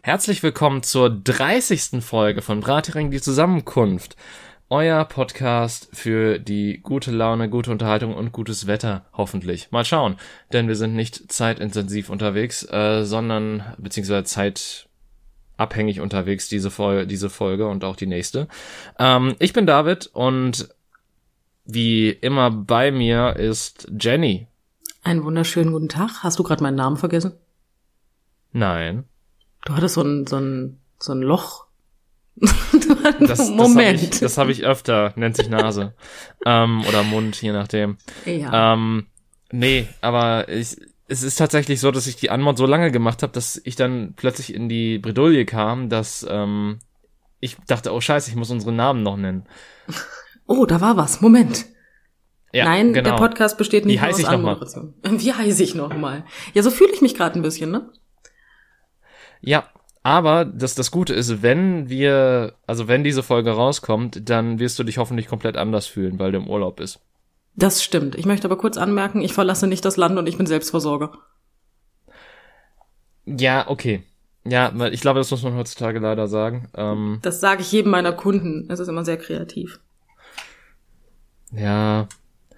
Herzlich willkommen zur 30. Folge von Brathering, die Zusammenkunft. Euer Podcast für die gute Laune, gute Unterhaltung und gutes Wetter, hoffentlich. Mal schauen, denn wir sind nicht zeitintensiv unterwegs, sondern beziehungsweise zeitabhängig unterwegs, diese Folge und auch die nächste. Ich bin David und wie immer bei mir ist Jenny. Einen wunderschönen guten Tag. Hast du gerade meinen Namen vergessen? Nein. Du hattest so ein Loch. Moment. Das hab ich öfter, nennt sich Nase. Oder Mund, je nachdem. Ja. Nee, aber es ist tatsächlich so, dass ich die Anmod so lange gemacht habe, dass ich dann plötzlich in die Bredouille kam, dass ich dachte, oh scheiße, ich muss unseren Namen noch nennen. Oh, da war was. Moment. Ja, nein, genau. Der Podcast besteht nicht nur aus Anmoderation. Wie heiße ich nochmal? Ja, so fühle ich mich gerade ein bisschen, ne? Ja, aber das Gute ist, wenn diese Folge rauskommt, dann wirst du dich hoffentlich komplett anders fühlen, weil du im Urlaub bist. Das stimmt. Ich möchte aber kurz anmerken, ich verlasse nicht das Land und ich bin Selbstversorger. Ja, okay. Ja, ich glaube, das muss man heutzutage leider sagen. Das sage ich jedem meiner Kunden. Es ist immer sehr kreativ. Ja.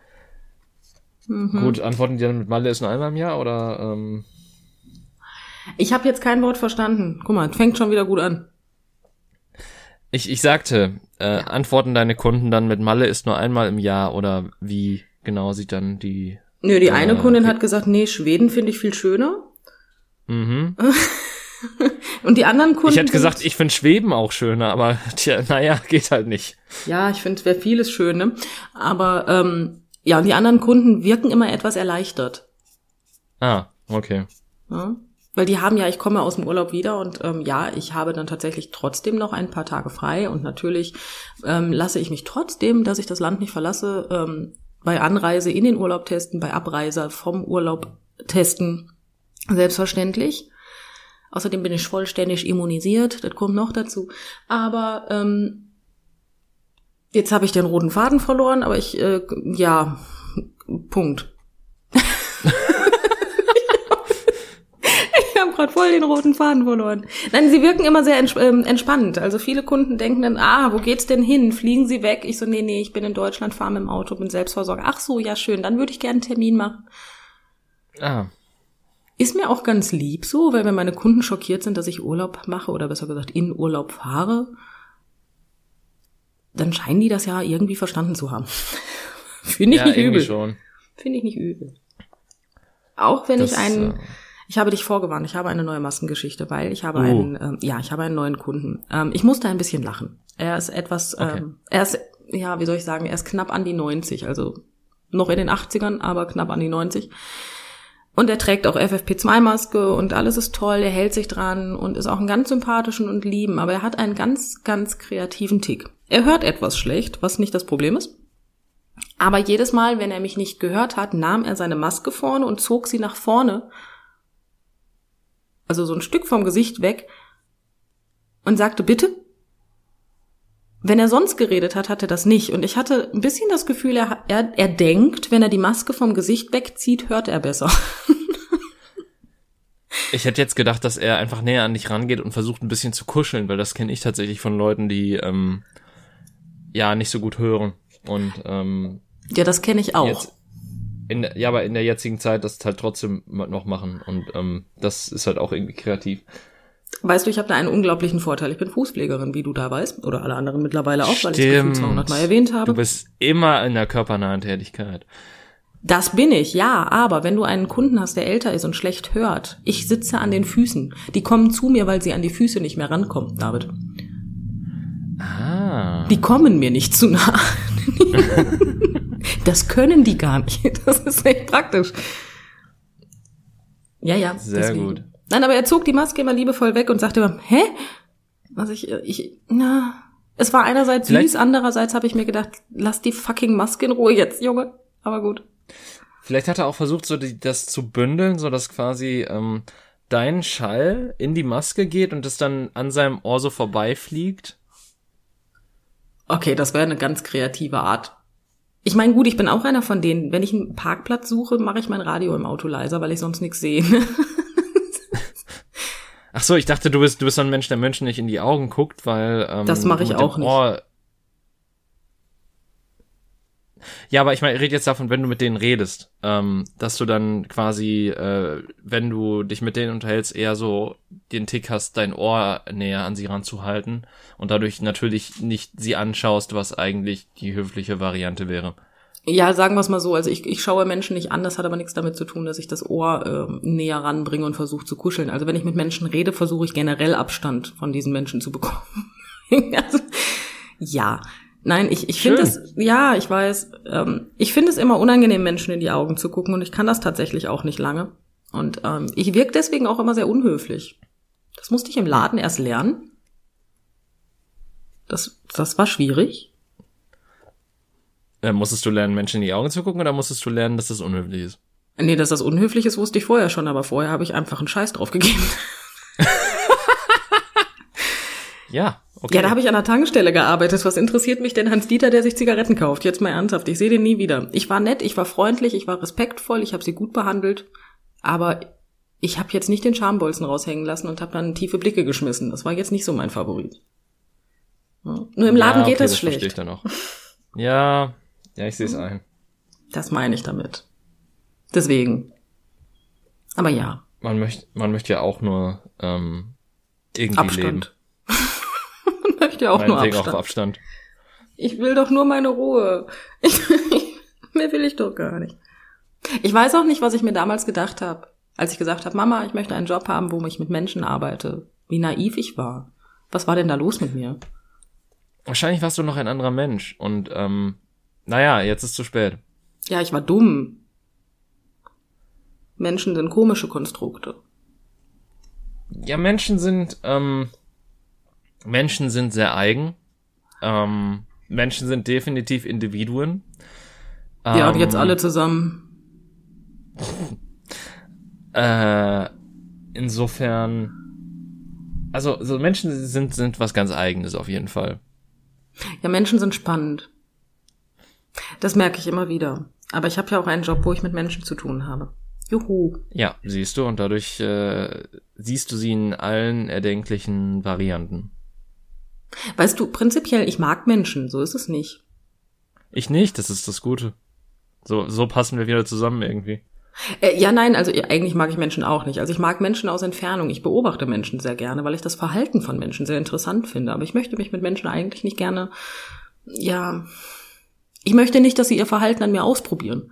Gut, antworten die dann mit Malle ist nur einmal im Jahr oder? Ich habe jetzt kein Wort verstanden. Guck mal, fängt schon wieder gut an. Ich sagte, antworten deine Kunden dann mit Malle ist nur einmal im Jahr oder wie genau sieht dann die... Nö, die eine Kundin hat gesagt, nee, Schweden finde ich viel schöner. Mhm. Und die anderen Kunden... Ich hätte gesagt, ich finde Schweben auch schöner, aber naja, geht halt nicht. Ja, ich finde, es wäre vieles schön, ne? Aber ja, und die anderen Kunden wirken immer etwas erleichtert. Ah, okay. Ja? Weil die haben ja, ich komme aus dem Urlaub wieder und ja, ich habe dann tatsächlich trotzdem noch ein paar Tage frei und natürlich lasse ich mich trotzdem, dass ich das Land nicht verlasse, bei Anreise in den Urlaub testen, bei Abreise vom Urlaub testen, selbstverständlich. Außerdem bin ich vollständig immunisiert, das kommt noch dazu. Aber jetzt habe ich den roten Faden verloren, aber ja, Punkt. Ich habe gerade voll den roten Faden verloren. Nein, sie wirken immer sehr entspannt. Also viele Kunden denken dann, wo geht's denn hin? Fliegen Sie weg? Ich so, nee, ich bin in Deutschland, fahre mit dem Auto, bin Selbstversorger. Ach so, ja schön, dann würde ich gerne einen Termin machen. Ah. Ist mir auch ganz lieb so, weil wenn meine Kunden schockiert sind, dass ich Urlaub mache oder besser gesagt in Urlaub fahre, dann scheinen die das ja irgendwie verstanden zu haben. Finde ich nicht übel. Schon. Finde ich nicht übel. Auch wenn ich habe dich vorgewarnt, ich habe eine neue Maskengeschichte, weil ich habe ich habe einen neuen Kunden. Ich musste ein bisschen lachen. Er ist etwas, er ist knapp an die 90, also noch in den 80ern, aber knapp an die 90. Und er trägt auch FFP2-Maske und alles ist toll, er hält sich dran und ist auch einen ganz sympathischen und lieben, aber er hat einen ganz, ganz kreativen Tick. Er hört etwas schlecht, was nicht das Problem ist. Aber jedes Mal, wenn er mich nicht gehört hat, nahm er seine Maske vorne und zog sie nach vorne, also so ein Stück vom Gesicht weg, und sagte, bitte? Wenn er sonst geredet hat, hat er das nicht. Und ich hatte ein bisschen das Gefühl, er denkt, wenn er die Maske vom Gesicht wegzieht, hört er besser. Ich hätte jetzt gedacht, dass er einfach näher an dich rangeht und versucht ein bisschen zu kuscheln, weil das kenne ich tatsächlich von Leuten, die nicht so gut hören. Und ja, das kenne ich auch. Aber in der jetzigen Zeit das halt trotzdem noch machen. Und das ist halt auch irgendwie kreativ. Weißt du, ich habe da einen unglaublichen Vorteil. Ich bin Fußpflegerin, wie du da weißt. Oder alle anderen mittlerweile auch, weil ich es gefühlt 200 Mal erwähnt habe. Du bist immer in der körpernahen Tätigkeit. Das bin ich, ja. Aber wenn du einen Kunden hast, der älter ist und schlecht hört, ich sitze an den Füßen. Die kommen zu mir, weil sie an die Füße nicht mehr rankommen, David. Ah. Die kommen mir nicht zu nah. Das können die gar nicht. Das ist echt praktisch. Ja. Sehr deswegen. gut. Nein, aber er zog die Maske immer liebevoll weg und sagte immer, hä? Es war einerseits süß, andererseits habe ich mir gedacht, lass die fucking Maske in Ruhe jetzt, Junge. Aber gut. Vielleicht hat er auch versucht, so das zu bündeln, so dass quasi dein Schall in die Maske geht und es dann an seinem Ohr so vorbeifliegt. Okay, das wäre eine ganz kreative Art. Ich meine, gut, ich bin auch einer von denen, wenn ich einen Parkplatz suche, mache ich mein Radio im Auto leiser, weil ich sonst nichts sehe. Ach so, ich dachte, du bist so ein Mensch, der Menschen nicht in die Augen guckt, weil das mache ich auch nicht. Ja, aber ich meine, ich rede jetzt davon, wenn du mit denen redest, dass du dann quasi, wenn du dich mit denen unterhältst, eher so den Tick hast, dein Ohr näher an sie ranzuhalten und dadurch natürlich nicht sie anschaust, was eigentlich die höfliche Variante wäre. Ja, sagen wir es mal so, also ich schaue Menschen nicht an, das hat aber nichts damit zu tun, dass ich das Ohr näher ranbringe und versuche zu kuscheln. Also wenn ich mit Menschen rede, versuche ich generell Abstand von diesen Menschen zu bekommen. Also, ja. Nein, ich finde es, ja, ich weiß, ich finde es immer unangenehm, Menschen in die Augen zu gucken und ich kann das tatsächlich auch nicht lange. Und ich wirke deswegen auch immer sehr unhöflich. Das musste ich im Laden erst lernen. Das war schwierig. Musstest du lernen, Menschen in die Augen zu gucken oder musstest du lernen, dass das unhöflich ist? Nee, dass das unhöflich ist, wusste ich vorher schon, aber vorher habe ich einfach einen Scheiß drauf gegeben. Ja, okay. Ja, da habe ich an der Tankstelle gearbeitet. Was interessiert mich denn Hans-Dieter, der sich Zigaretten kauft? Jetzt mal ernsthaft, ich sehe den nie wieder. Ich war nett, ich war freundlich, ich war respektvoll, ich habe sie gut behandelt, aber ich habe jetzt nicht den Schambolzen raushängen lassen und habe dann tiefe Blicke geschmissen. Das war jetzt nicht so mein Favorit. Ja. Nur im Laden geht das schlecht. Verstehe ich dann auch. Ja, ich sehe es ein. Das meine ich damit. Deswegen. Aber ja. Man möchte ja auch nur irgendwie Abstand. leben. Man möchte ja auch nur Abstand. Auch Abstand. Ich will doch nur meine Ruhe. Mehr will ich doch gar nicht. Ich weiß auch nicht, was ich mir damals gedacht habe, als ich gesagt habe, Mama, ich möchte einen Job haben, wo ich mit Menschen arbeite. Wie naiv ich war. Was war denn da los mit mir? Wahrscheinlich warst du noch ein anderer Mensch und naja, jetzt ist zu spät. Ja, ich war dumm. Menschen sind komische Konstrukte. Ja, Menschen sind sehr eigen. Menschen sind definitiv Individuen. Ja, und jetzt alle zusammen. Insofern, also so Menschen sind was ganz Eigenes auf jeden Fall. Ja, Menschen sind spannend. Das merke ich immer wieder. Aber ich habe ja auch einen Job, wo ich mit Menschen zu tun habe. Juhu. Ja, siehst du, und dadurch siehst du sie in allen erdenklichen Varianten. Weißt du, prinzipiell, ich mag Menschen, so ist es nicht. Ich nicht, das ist das Gute. So passen wir wieder zusammen irgendwie. Ja, nein, also eigentlich mag ich Menschen auch nicht. Also ich mag Menschen aus Entfernung. Ich beobachte Menschen sehr gerne, weil ich das Verhalten von Menschen sehr interessant finde. Aber ich möchte mich mit Menschen eigentlich nicht gerne, ja, ich möchte nicht, dass sie ihr Verhalten an mir ausprobieren.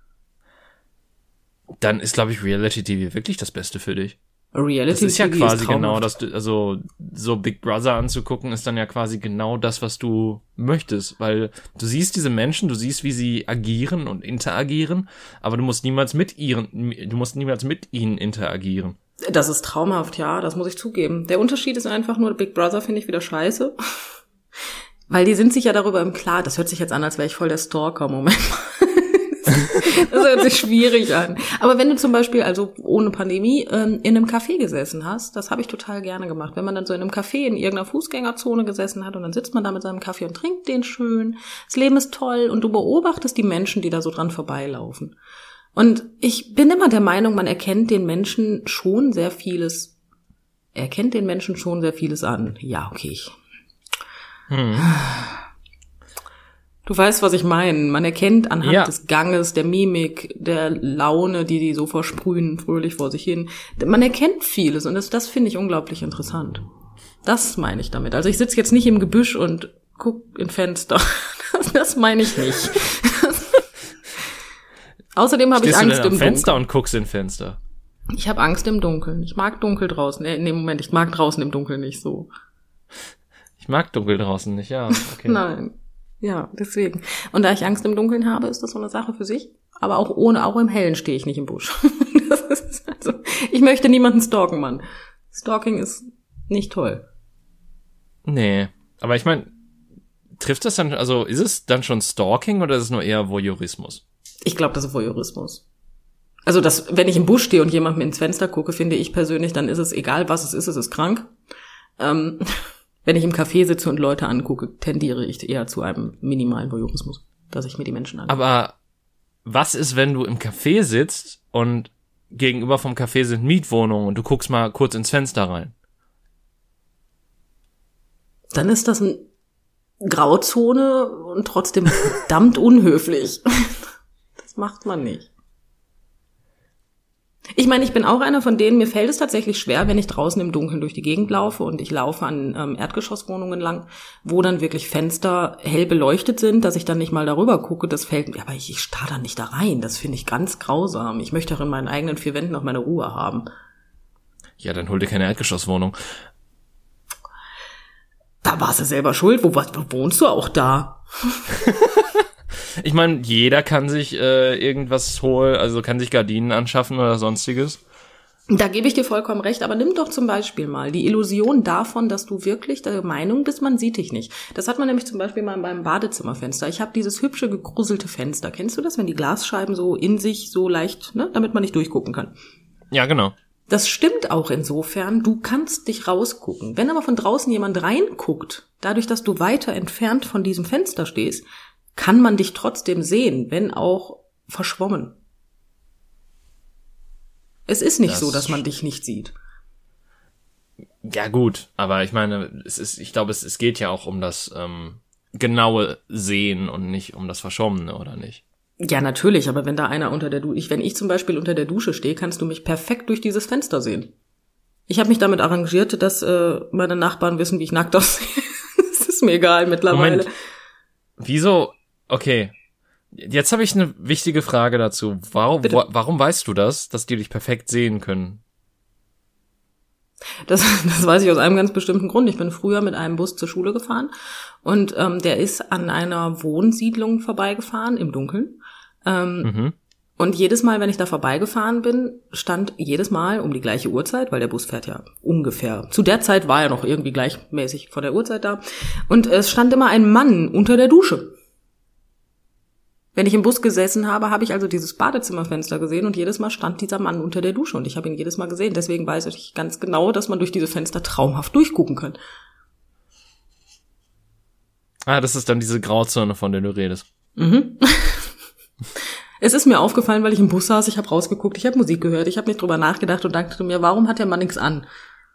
Dann ist, glaube ich, Reality TV wirklich das Beste für dich. Reality TV ist ja quasi ist genau das, also so Big Brother anzugucken ist dann ja quasi genau das, was du möchtest, weil du siehst diese Menschen, du siehst, wie sie agieren und interagieren, aber du musst niemals mit ihnen interagieren. Das ist traumhaft, ja, das muss ich zugeben. Der Unterschied ist einfach nur, Big Brother finde ich wieder scheiße, weil die sind sich ja darüber im Klaren. Das hört sich jetzt an, als wäre ich voll der Stalker, Moment mal. Das hört sich schwierig an. Aber wenn du zum Beispiel, also ohne Pandemie, in einem Café gesessen hast, das habe ich total gerne gemacht. Wenn man dann so in einem Café in irgendeiner Fußgängerzone gesessen hat und dann sitzt man da mit seinem Kaffee und trinkt den schön. Das Leben ist toll und du beobachtest die Menschen, die da so dran vorbeilaufen. Und ich bin immer der Meinung, man erkennt den Menschen schon sehr vieles an. Ja, okay. Du weißt, was ich meine. Man erkennt anhand des Ganges, der Mimik, der Laune, die so versprühen, fröhlich vor sich hin. Man erkennt vieles und das finde ich unglaublich interessant. Das meine ich damit. Also ich sitze jetzt nicht im Gebüsch und guck in Fenster. Das meine ich nicht. Außerdem habe ich Angst im Dunkeln. Fenster und guckst in Fenster. Ich habe Angst im Dunkeln. Ich mag dunkel draußen. Nee, Moment, ich mag draußen im Dunkeln nicht so. Ich mag dunkel draußen nicht, ja. Okay. Nein. Ja, deswegen. Und da ich Angst im Dunkeln habe, ist das so eine Sache für sich. Aber auch im Hellen stehe ich nicht im Busch. Das ist also, ich möchte niemanden stalken, Mann. Stalking ist nicht toll. Nee, aber ich meine, trifft das dann, also ist es dann schon Stalking oder ist es nur eher Voyeurismus? Ich glaube, das ist Voyeurismus. Also wenn ich im Busch stehe und jemandem ins Fenster gucke, finde ich persönlich, dann ist es egal, was es ist krank. Wenn ich im Café sitze und Leute angucke, tendiere ich eher zu einem minimalen Voyeurismus, dass ich mir die Menschen angucke. Aber was ist, wenn du im Café sitzt und gegenüber vom Café sind Mietwohnungen und du guckst mal kurz ins Fenster rein. Dann ist das eine Grauzone und trotzdem verdammt unhöflich. Das macht man nicht. Ich meine, ich bin auch einer von denen, mir fällt es tatsächlich schwer, wenn ich draußen im Dunkeln durch die Gegend laufe und ich laufe an Erdgeschosswohnungen lang, wo dann wirklich Fenster hell beleuchtet sind, dass ich dann nicht mal darüber gucke, das fällt mir, aber ich starr da nicht da rein, das finde ich ganz grausam. Ich möchte auch in meinen eigenen 4 Wänden auch meine Ruhe haben. Ja, dann hol dir keine Erdgeschosswohnung. Da warst du selber schuld, wo wohnst du auch da? Ich meine, jeder kann sich irgendwas holen, also kann sich Gardinen anschaffen oder sonstiges. Da gebe ich dir vollkommen recht, aber nimm doch zum Beispiel mal die Illusion davon, dass du wirklich der Meinung bist, man sieht dich nicht. Das hat man nämlich zum Beispiel mal beim Badezimmerfenster. Ich habe dieses hübsche, gegruselte Fenster. Kennst du das, wenn die Glasscheiben so in sich so leicht, ne, damit man nicht durchgucken kann? Ja, genau. Das stimmt auch insofern, du kannst dich rausgucken. Wenn aber von draußen jemand reinguckt, dadurch, dass du weiter entfernt von diesem Fenster stehst, kann man dich trotzdem sehen, wenn auch verschwommen. Es ist nicht so, dass man dich nicht sieht. Ja gut, aber ich meine, ich glaube, es geht ja auch um das genaue Sehen und nicht um das Verschwommene, oder nicht? Ja, natürlich, aber wenn da einer unter der Dusche, wenn ich zum Beispiel unter der Dusche stehe, kannst du mich perfekt durch dieses Fenster sehen. Ich habe mich damit arrangiert, dass meine Nachbarn wissen, wie ich nackt aussehe. Das ist mir egal mittlerweile. Moment. Wieso? Okay, jetzt habe ich eine wichtige Frage dazu. Warum weißt du das, dass die dich perfekt sehen können? Das weiß ich aus einem ganz bestimmten Grund. Ich bin früher mit einem Bus zur Schule gefahren und der ist an einer Wohnsiedlung vorbeigefahren im Dunkeln. Und jedes Mal, wenn ich da vorbeigefahren bin, stand jedes Mal um die gleiche Uhrzeit, weil der Bus fährt ja ungefähr. Zu der Zeit war er noch irgendwie gleichmäßig vor der Uhrzeit da. Und es stand immer ein Mann unter der Dusche. Wenn ich im Bus gesessen habe, habe ich also dieses Badezimmerfenster gesehen und jedes Mal stand dieser Mann unter der Dusche und ich habe ihn jedes Mal gesehen. Deswegen weiß ich ganz genau, dass man durch diese Fenster traumhaft durchgucken kann. Ah, das ist dann diese Grauzone, von der du redest. Mhm. Es ist mir aufgefallen, weil ich im Bus saß, ich habe rausgeguckt, ich habe Musik gehört, ich habe nicht drüber nachgedacht und dachte mir, warum hat der Mann nichts an?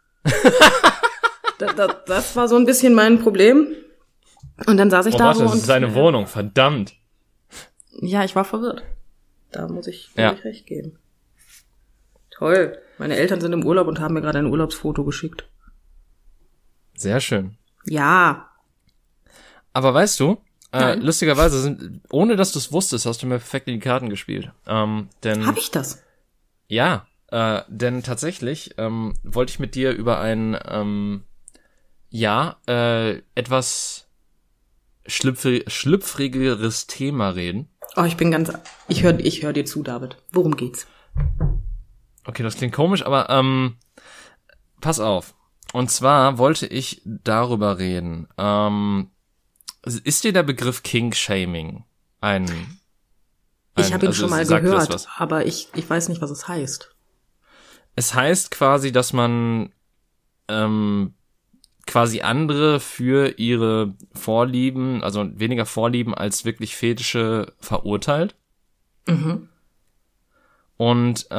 Das war so ein bisschen mein Problem. Und dann saß ich da so und... Das ist seine Wohnung, verdammt. Ja, ich war verwirrt. Da muss ich recht geben. Toll. Meine Eltern sind im Urlaub und haben mir gerade ein Urlaubsfoto geschickt. Sehr schön. Ja. Aber weißt du, lustigerweise ohne dass du es wusstest, hast du mir perfekt in die Karten gespielt. Hab ich das? Ja, denn tatsächlich wollte ich mit dir über ein etwas schlüpfrigeres Thema reden. Oh, ich hör dir zu, David. Worum geht's? Okay, das klingt komisch, aber pass auf. Und zwar wollte ich darüber reden. Ist dir der Begriff Kink-Shaming ich habe ihn schon mal gehört, aber ich weiß nicht, was es heißt. Es heißt quasi, dass man quasi andere für ihre Vorlieben, also weniger Vorlieben als wirklich Fetische verurteilt. Mhm. Und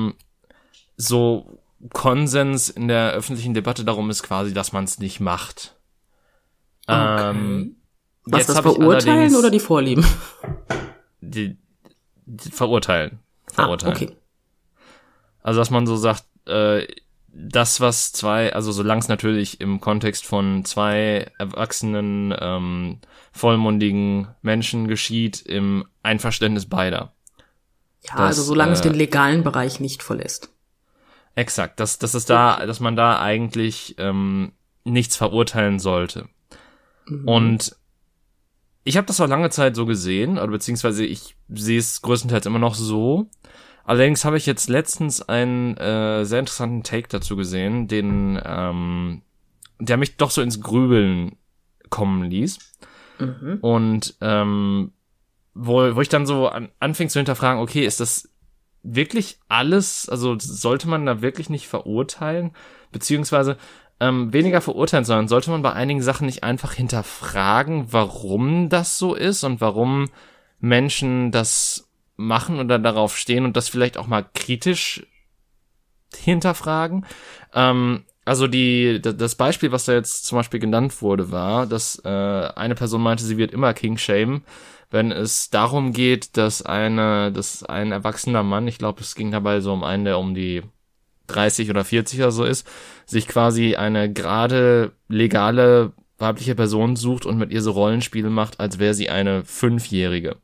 so Konsens in der öffentlichen Debatte darum ist quasi, dass man es nicht macht. Okay. Was, das Verurteilen oder die Vorlieben? Die Verurteilen. Okay. Also, dass man so sagt, das, was solange es natürlich im Kontext von 2 erwachsenen, vollmundigen Menschen geschieht, im Einverständnis beider. Ja, also solange es den legalen Bereich nicht verlässt. Exakt, dass man da eigentlich nichts verurteilen sollte. Mhm. Und ich habe das auch lange Zeit so gesehen, oder beziehungsweise ich sehe es größtenteils immer noch so. Allerdings habe ich jetzt letztens einen sehr interessanten Take dazu gesehen, der mich doch so ins Grübeln kommen ließ. Mhm. Und wo ich dann so anfing zu hinterfragen, okay, ist das wirklich alles, also sollte man da wirklich nicht verurteilen, beziehungsweise weniger verurteilen, sondern sollte man bei einigen Sachen nicht einfach hinterfragen, warum das so ist und warum Menschen das machen oder darauf stehen und das vielleicht auch mal kritisch hinterfragen. Also das Beispiel, was da jetzt zum Beispiel genannt wurde, war, dass eine Person meinte, sie wird immer King-shamen, wenn es darum geht, dass ein erwachsener Mann, ich glaube, es ging dabei so um einen, der um die 30 oder 40 oder so ist, sich quasi eine gerade legale weibliche Person sucht und mit ihr so Rollenspiele macht, als wäre sie eine 5-Jährige.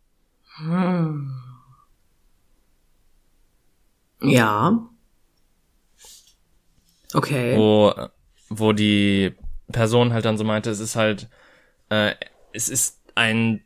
Ja. Okay. Wo die Person halt dann so meinte, es ist halt, es ist ein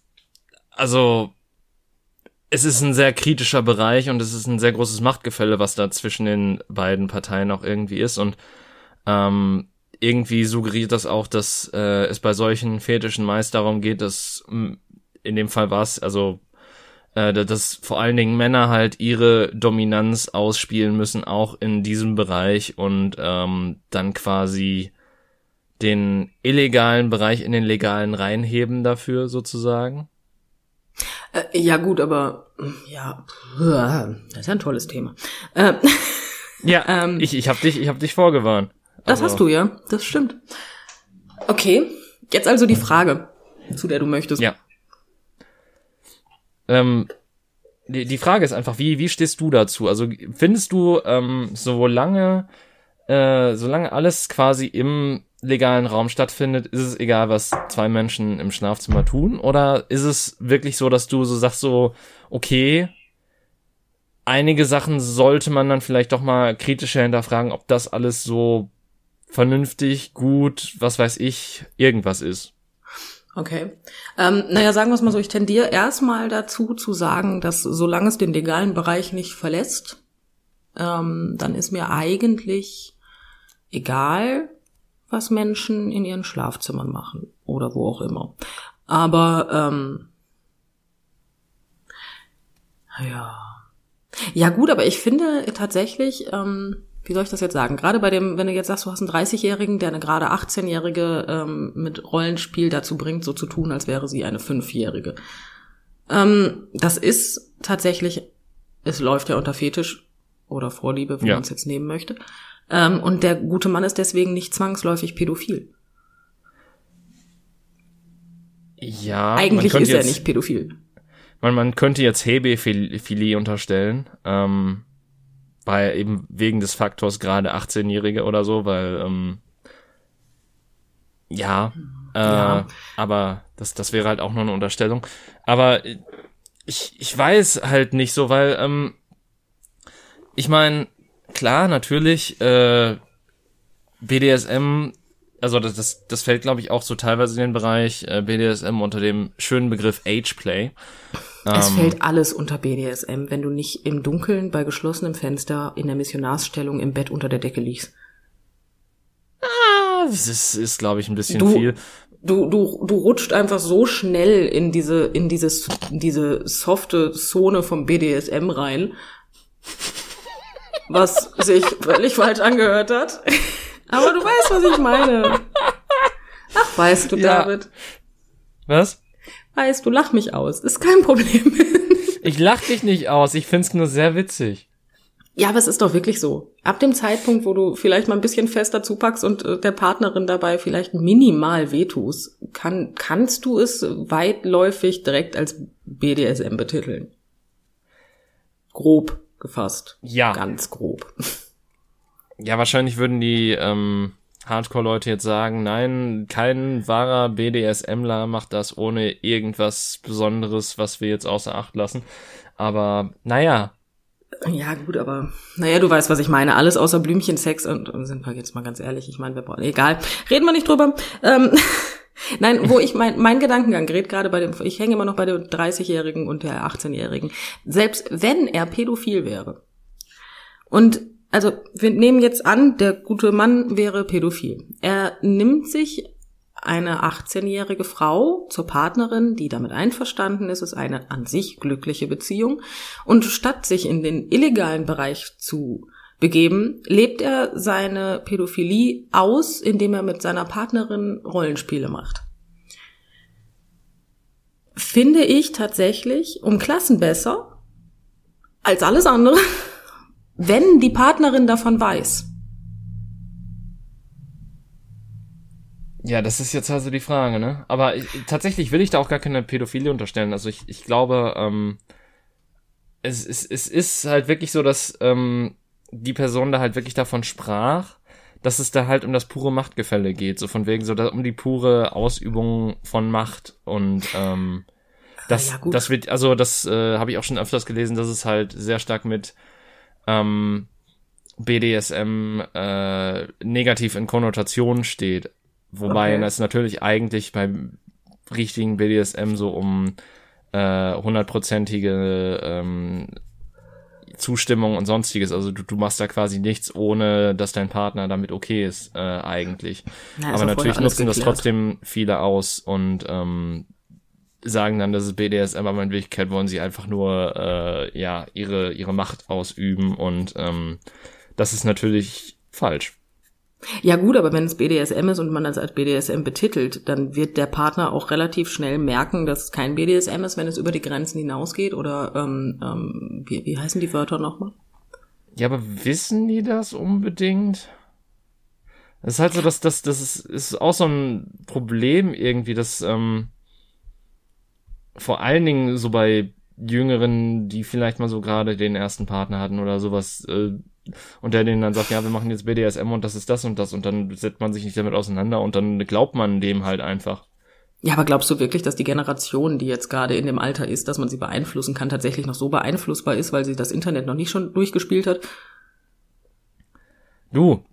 sehr kritischer Bereich und es ist ein sehr großes Machtgefälle, was da zwischen den beiden Parteien auch irgendwie ist und irgendwie suggeriert das auch, dass es bei solchen Fetischen meist darum geht, dass in dem Fall war es, dass vor allen Dingen Männer halt ihre Dominanz ausspielen müssen, auch in diesem Bereich und dann quasi den illegalen Bereich in den legalen reinheben dafür sozusagen. Ja gut, aber ja, das ist ja ein tolles Thema. Ja, ich hab dich vorgewarnt. Das hast du, ja, das stimmt. Okay, jetzt also die Frage, zu der du möchtest. Ja. Die Frage ist einfach, wie stehst du dazu? Also findest du, solange alles quasi im legalen Raum stattfindet, ist es egal, was zwei Menschen im Schlafzimmer tun? Oder ist es wirklich so, dass du so sagst, so, okay, einige Sachen sollte man dann vielleicht doch mal kritischer hinterfragen, ob das alles so vernünftig, gut, was weiß ich, irgendwas ist? Okay. Naja, sagen wir es mal so, ich tendiere erstmal dazu zu sagen, dass solange es den legalen Bereich nicht verlässt, dann ist mir eigentlich egal, was Menschen in ihren Schlafzimmern machen oder wo auch immer. Aber ja gut, aber ich finde tatsächlich, wie soll ich das jetzt sagen? Gerade bei dem, wenn du jetzt sagst, du hast einen 30-Jährigen, der eine gerade 18-Jährige mit Rollenspiel dazu bringt, so zu tun, als wäre sie eine 5-Jährige. Das ist tatsächlich, es läuft ja unter Fetisch oder Vorliebe, wie man es jetzt nehmen möchte. Und der gute Mann ist deswegen nicht zwangsläufig pädophil. Ja. Eigentlich ist er nicht pädophil. Man könnte jetzt Hebephilie unterstellen, weil eben wegen des Faktors gerade 18-Jährige oder so, weil aber das wäre halt auch nur eine Unterstellung. Aber ich weiß halt nicht so, weil ich meine, klar, natürlich BDSM, also das fällt, glaube ich, auch so teilweise in den Bereich BDSM unter dem schönen Begriff Ageplay. Es fällt alles unter BDSM, wenn du nicht im Dunkeln bei geschlossenem Fenster in der Missionarsstellung im Bett unter der Decke liegst. Das ist glaube ich, ein bisschen viel. Du rutscht einfach so schnell in diese softe Zone vom BDSM rein, was sich völlig falsch angehört hat. Aber du weißt, was ich meine. Ach, weißt du, David. Was? Weißt du, lach mich aus. Ist kein Problem. Ich lach dich nicht aus. Ich find's nur sehr witzig. Ja, aber es ist doch wirklich so. Ab dem Zeitpunkt, wo du vielleicht mal ein bisschen fester zupackst und der Partnerin dabei vielleicht minimal wehtust, kannst du es weitläufig direkt als BDSM betiteln. Grob gefasst. Ja. Ganz grob. Ja, wahrscheinlich würden die Hardcore-Leute jetzt sagen, nein, kein wahrer BDSMler macht das ohne irgendwas Besonderes, was wir jetzt außer Acht lassen. Aber, naja. Ja, gut, aber, naja, du weißt, was ich meine. Alles außer Blümchensex und sind wir jetzt mal ganz ehrlich, ich meine, wir brauchen, egal, reden wir nicht drüber. Nein, wo ich mein Gedankengang gerät gerade ich hänge immer noch bei dem 30-Jährigen und der 18-Jährigen. Selbst wenn er pädophil wäre. Und, also, wir nehmen jetzt an, der gute Mann wäre pädophil. Er nimmt sich eine 18-jährige Frau zur Partnerin, die damit einverstanden ist, ist eine an sich glückliche Beziehung. Und statt sich in den illegalen Bereich zu begeben, lebt er seine Pädophilie aus, indem er mit seiner Partnerin Rollenspiele macht. finde ich tatsächlich um Klassen besser als alles andere, wenn die Partnerin davon weiß. Ja, das ist jetzt also die Frage, ne? Aber tatsächlich will ich da auch gar keine Pädophilie unterstellen. Also ich glaube, es ist halt wirklich so, dass die Person da halt wirklich davon sprach, dass es da halt um das pure Machtgefälle geht. So von wegen so um die pure Ausübung von Macht. Und das wird, also das habe ich auch schon öfters gelesen, dass es halt sehr stark mit BDSM negativ in Konnotationen steht. Wobei es natürlich eigentlich beim richtigen BDSM so um 100%ige Zustimmung und sonstiges. Also du machst da quasi nichts, ohne dass dein Partner damit okay ist, eigentlich. Aber natürlich nutzen das trotzdem viele aus und sagen dann, das ist BDSM, aber in Wirklichkeit wollen sie einfach nur ihre Macht ausüben und das ist natürlich falsch. Ja gut, aber wenn es BDSM ist und man das als BDSM betitelt, dann wird der Partner auch relativ schnell merken, dass es kein BDSM ist, wenn es über die Grenzen hinausgeht oder wie heißen die Wörter nochmal? Ja, aber wissen die das unbedingt? Das ist halt so, dass das ist auch so ein Problem irgendwie, dass vor allen Dingen so bei Jüngeren, die vielleicht mal so gerade den ersten Partner hatten oder sowas, und der denen dann sagt, ja, wir machen jetzt BDSM und das ist das und das und dann setzt man sich nicht damit auseinander und dann glaubt man dem halt einfach. Ja, aber glaubst du wirklich, dass die Generation, die jetzt gerade in dem Alter ist, dass man sie beeinflussen kann, tatsächlich noch so beeinflussbar ist, weil sie das Internet noch nicht schon durchgespielt hat? Du,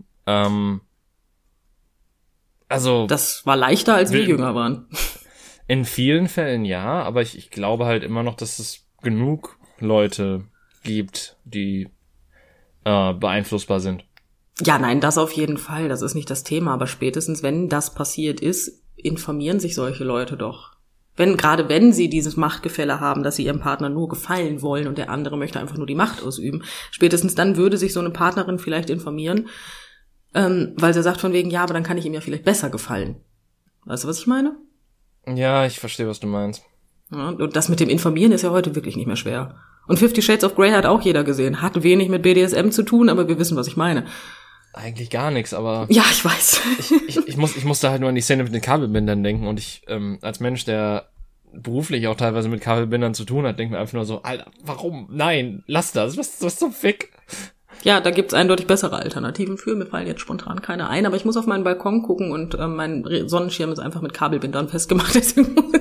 also... Das war leichter, als wir jünger waren. In vielen Fällen ja, aber ich glaube halt immer noch, dass es genug Leute gibt, die beeinflussbar sind. Ja, nein, das auf jeden Fall, das ist nicht das Thema, aber spätestens, wenn das passiert ist, informieren sich solche Leute doch. Gerade wenn sie dieses Machtgefälle haben, dass sie ihrem Partner nur gefallen wollen und der andere möchte einfach nur die Macht ausüben, spätestens dann würde sich so eine Partnerin vielleicht informieren, weil sie sagt von wegen, ja, aber dann kann ich ihm ja vielleicht besser gefallen. Weißt du, was ich meine? Ja, ich verstehe, was du meinst. Ja, und das mit dem Informieren ist ja heute wirklich nicht mehr schwer. Und 50 Shades of Grey hat auch jeder gesehen. Hat wenig mit BDSM zu tun, aber wir wissen, was ich meine. Eigentlich gar nichts, aber... Ja, ich weiß. Ich muss da halt nur an die Szene mit den Kabelbindern denken und ich, als Mensch, der beruflich auch teilweise mit Kabelbindern zu tun hat, denke mir einfach nur so, Alter, warum? Nein, lass das. Was zum Fick? Ja, da gibt's eindeutig bessere Alternativen für. Mir fallen jetzt spontan keine ein, aber ich muss auf meinen Balkon gucken und mein Sonnenschirm ist einfach mit Kabelbindern festgemacht. Deswegen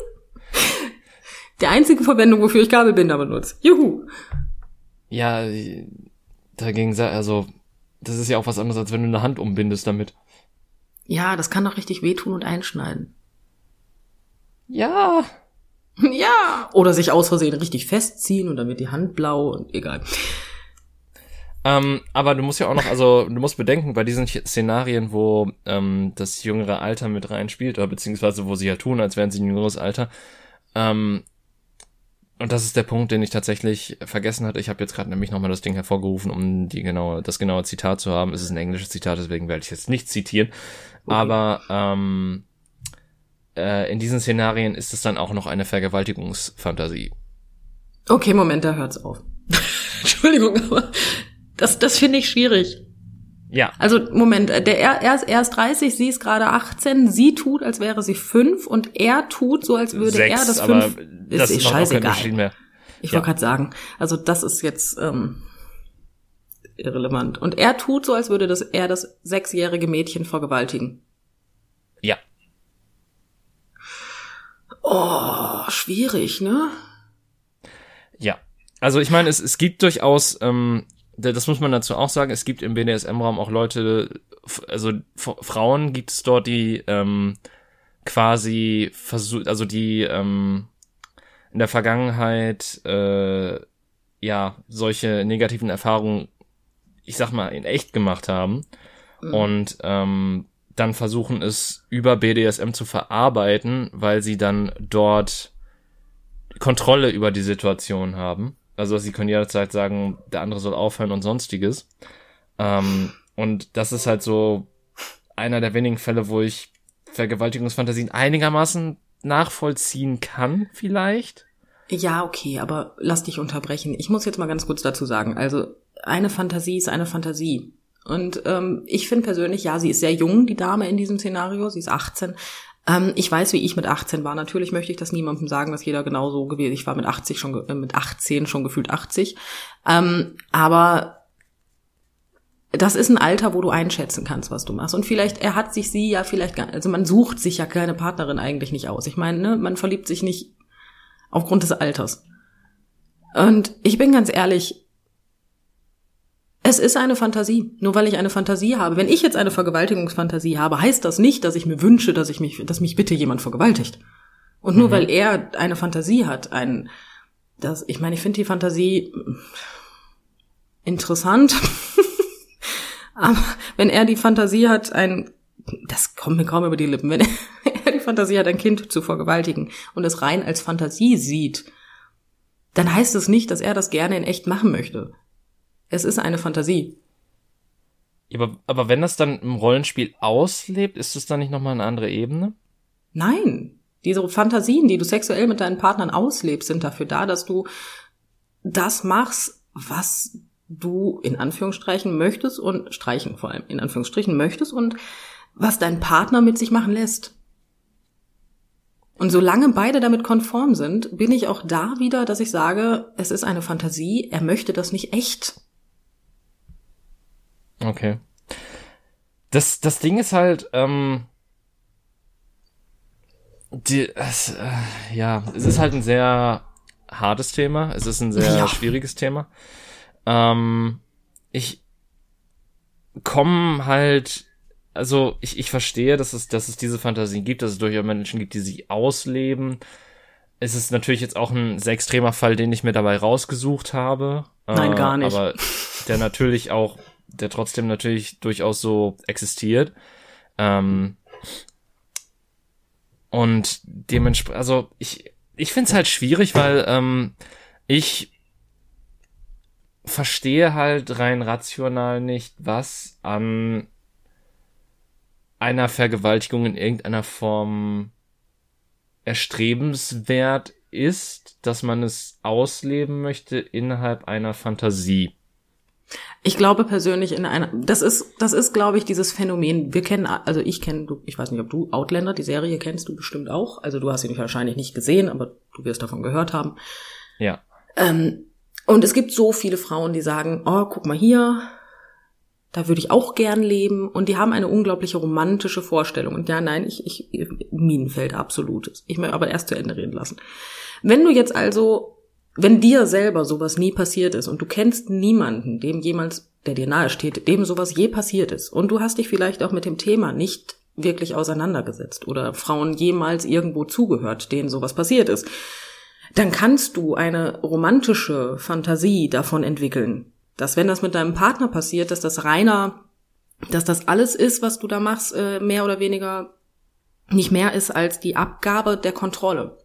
die einzige Verwendung, wofür ich Kabelbinder benutze. Juhu! Ja, dagegen, also, das ist ja auch was anderes, als wenn du eine Hand umbindest damit. Ja, das kann doch richtig wehtun und einschneiden. Ja. Ja. Oder sich aus Versehen richtig festziehen und dann wird die Hand blau und egal. Aber du musst ja auch noch, also du musst bedenken, bei diesen Szenarien, wo das jüngere Alter mit reinspielt, oder beziehungsweise wo sie ja tun, als wären sie ein jüngeres Alter, und das ist der Punkt, den ich tatsächlich vergessen hatte. Ich habe jetzt gerade nämlich nochmal das Ding hervorgerufen, um das genaue Zitat zu haben. Es ist ein englisches Zitat, deswegen werde ich jetzt nicht zitieren. Okay. Aber in diesen Szenarien ist es dann auch noch eine Vergewaltigungsfantasie. Okay, Moment, da hört's auf. Entschuldigung, aber das finde ich schwierig. Ja. Also, Moment, er ist 30, sie ist gerade 18, sie tut, als wäre sie 5 und er tut so, als würde 6, er das 5. Das ist scheißegal. Mehr. Ich wollte gerade sagen, also das ist jetzt irrelevant. Und er tut so, als würde er das 6-jährige Mädchen vergewaltigen. Ja. Oh, schwierig, ne? Ja. Also ich meine, es gibt durchaus, das muss man dazu auch sagen, es gibt im BDSM-Raum auch Leute, also Frauen gibt es dort, die quasi also die in der Vergangenheit solche negativen Erfahrungen, ich sag mal, in echt gemacht haben und dann versuchen es über BDSM zu verarbeiten, weil sie dann dort Kontrolle über die Situation haben. Also sie können jederzeit sagen, der andere soll aufhören und sonstiges. Und das ist halt so einer der wenigen Fälle, wo ich Vergewaltigungsfantasien einigermaßen nachvollziehen kann, vielleicht. Ja, okay, aber lass dich unterbrechen. Ich muss jetzt mal ganz kurz dazu sagen, also eine Fantasie ist eine Fantasie. Und ich finde persönlich, ja, sie ist sehr jung, die Dame in diesem Szenario, sie ist 18. Ich weiß, wie ich mit 18 war. Natürlich möchte ich das niemandem sagen, dass jeder genauso gewesen ist. Ich war mit 18 schon gefühlt 80. Aber das ist ein Alter, wo du einschätzen kannst, was du machst. Und vielleicht, also man sucht sich ja keine Partnerin eigentlich nicht aus. Ich meine, ne, man verliebt sich nicht aufgrund des Alters. Und ich bin ganz ehrlich, es ist eine Fantasie. Nur weil ich eine Fantasie habe. Wenn ich jetzt eine Vergewaltigungsfantasie habe, heißt das nicht, dass ich mir wünsche, dass mich bitte jemand vergewaltigt. Und nur weil er eine Fantasie hat, ich finde die Fantasie interessant. Aber wenn er die Fantasie hat, das kommt mir kaum über die Lippen, wenn er die Fantasie hat, ein Kind zu vergewaltigen und es rein als Fantasie sieht, dann heißt es nicht, dass er das gerne in echt machen möchte. Es ist eine Fantasie. Aber wenn das dann im Rollenspiel auslebt, ist es dann nicht nochmal eine andere Ebene? Nein. Diese Fantasien, die du sexuell mit deinen Partnern auslebst, sind dafür da, dass du das machst, was du in Anführungsstrichen möchtest und streichen vor allem in Anführungsstrichen möchtest und was dein Partner mit sich machen lässt. Und solange beide damit konform sind, bin ich auch da wieder, dass ich sage, es ist eine Fantasie, er möchte das nicht echt. Okay. Das Ding ist halt, es ist halt ein sehr hartes Thema. Es ist ein sehr schwieriges Thema. Ich komme halt, also ich verstehe, dass es diese Fantasien gibt, dass es durchaus Menschen gibt, die sie ausleben. Es ist natürlich jetzt auch ein sehr extremer Fall, den ich mir dabei rausgesucht habe. Nein, gar nicht. Aber der trotzdem natürlich durchaus so existiert. Und dementsprechend, also ich finde es halt schwierig, weil ich verstehe halt rein rational nicht, was an einer Vergewaltigung in irgendeiner Form erstrebenswert ist, dass man es ausleben möchte innerhalb einer Fantasie. Ich glaube persönlich das ist, glaube ich, dieses Phänomen. Ich weiß nicht, ob du Outlander, die Serie kennst du bestimmt auch. Also du hast sie wahrscheinlich nicht gesehen, aber du wirst davon gehört haben. Ja. Und es gibt so viele Frauen, die sagen, oh, guck mal hier, da würde ich auch gern leben. Und die haben eine unglaubliche romantische Vorstellung. Und ja, nein, Minenfeld, absolutes. Ich möchte aber erst zu Ende reden lassen. Wenn dir selber sowas nie passiert ist und du kennst niemanden, der dir nahe steht, dem sowas je passiert ist und du hast dich vielleicht auch mit dem Thema nicht wirklich auseinandergesetzt oder Frauen jemals irgendwo zugehört, denen sowas passiert ist, dann kannst du eine romantische Fantasie davon entwickeln, dass wenn das mit deinem Partner passiert, dass das alles ist, was du da machst, mehr oder weniger nicht mehr ist als die Abgabe der Kontrolle.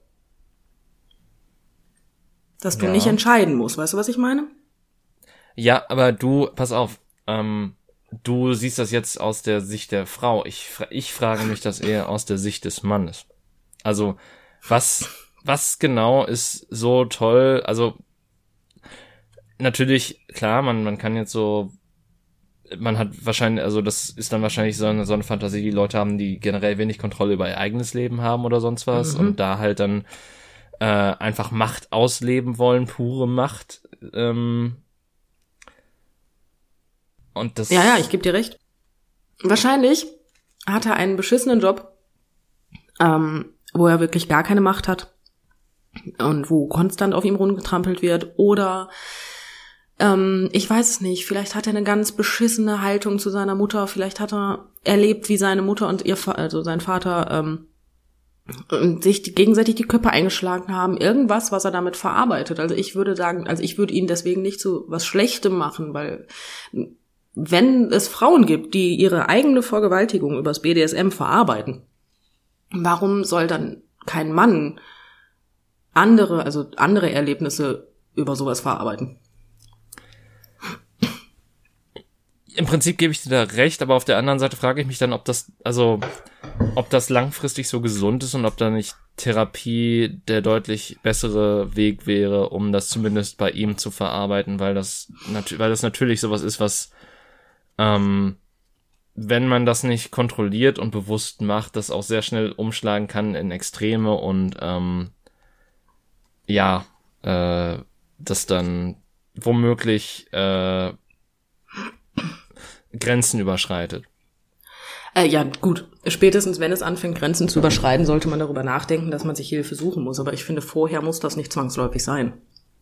Dass du nicht entscheiden musst. Weißt du, was ich meine? Ja, aber pass auf, du siehst das jetzt aus der Sicht der Frau. Ich frage mich das eher aus der Sicht des Mannes. Also, was genau ist so toll? Also, natürlich, klar, man kann jetzt so, man hat wahrscheinlich, also das ist dann wahrscheinlich so eine Fantasie, die Leute haben, die generell wenig Kontrolle über ihr eigenes Leben haben oder sonst was und da halt dann einfach Macht ausleben wollen, pure Macht. Und das. Ja, ich gebe dir recht. Wahrscheinlich hat er einen beschissenen Job, wo er wirklich gar keine Macht hat und wo konstant auf ihm rumgetrampelt wird. Oder ich weiß es nicht, vielleicht hat er eine ganz beschissene Haltung zu seiner Mutter. Vielleicht hat er erlebt, wie seine Mutter und sein Vater sich gegenseitig die Köpfe eingeschlagen haben, irgendwas, was er damit verarbeitet. Also ich würde ihn deswegen nicht zu was Schlechtem machen, weil wenn es Frauen gibt, die ihre eigene Vergewaltigung übers BDSM verarbeiten, warum soll dann kein Mann andere Erlebnisse über sowas verarbeiten? Im Prinzip gebe ich dir da recht, aber auf der anderen Seite frage ich mich dann, ob das langfristig so gesund ist und ob da nicht Therapie der deutlich bessere Weg wäre, um das zumindest bei ihm zu verarbeiten, weil das natürlich sowas ist, was, wenn man das nicht kontrolliert und bewusst macht, das auch sehr schnell umschlagen kann in Extreme und das dann womöglich Grenzen überschreitet. Ja, gut. Spätestens, wenn es anfängt, Grenzen zu überschreiten, sollte man darüber nachdenken, dass man sich Hilfe suchen muss. Aber ich finde, vorher muss das nicht zwangsläufig sein.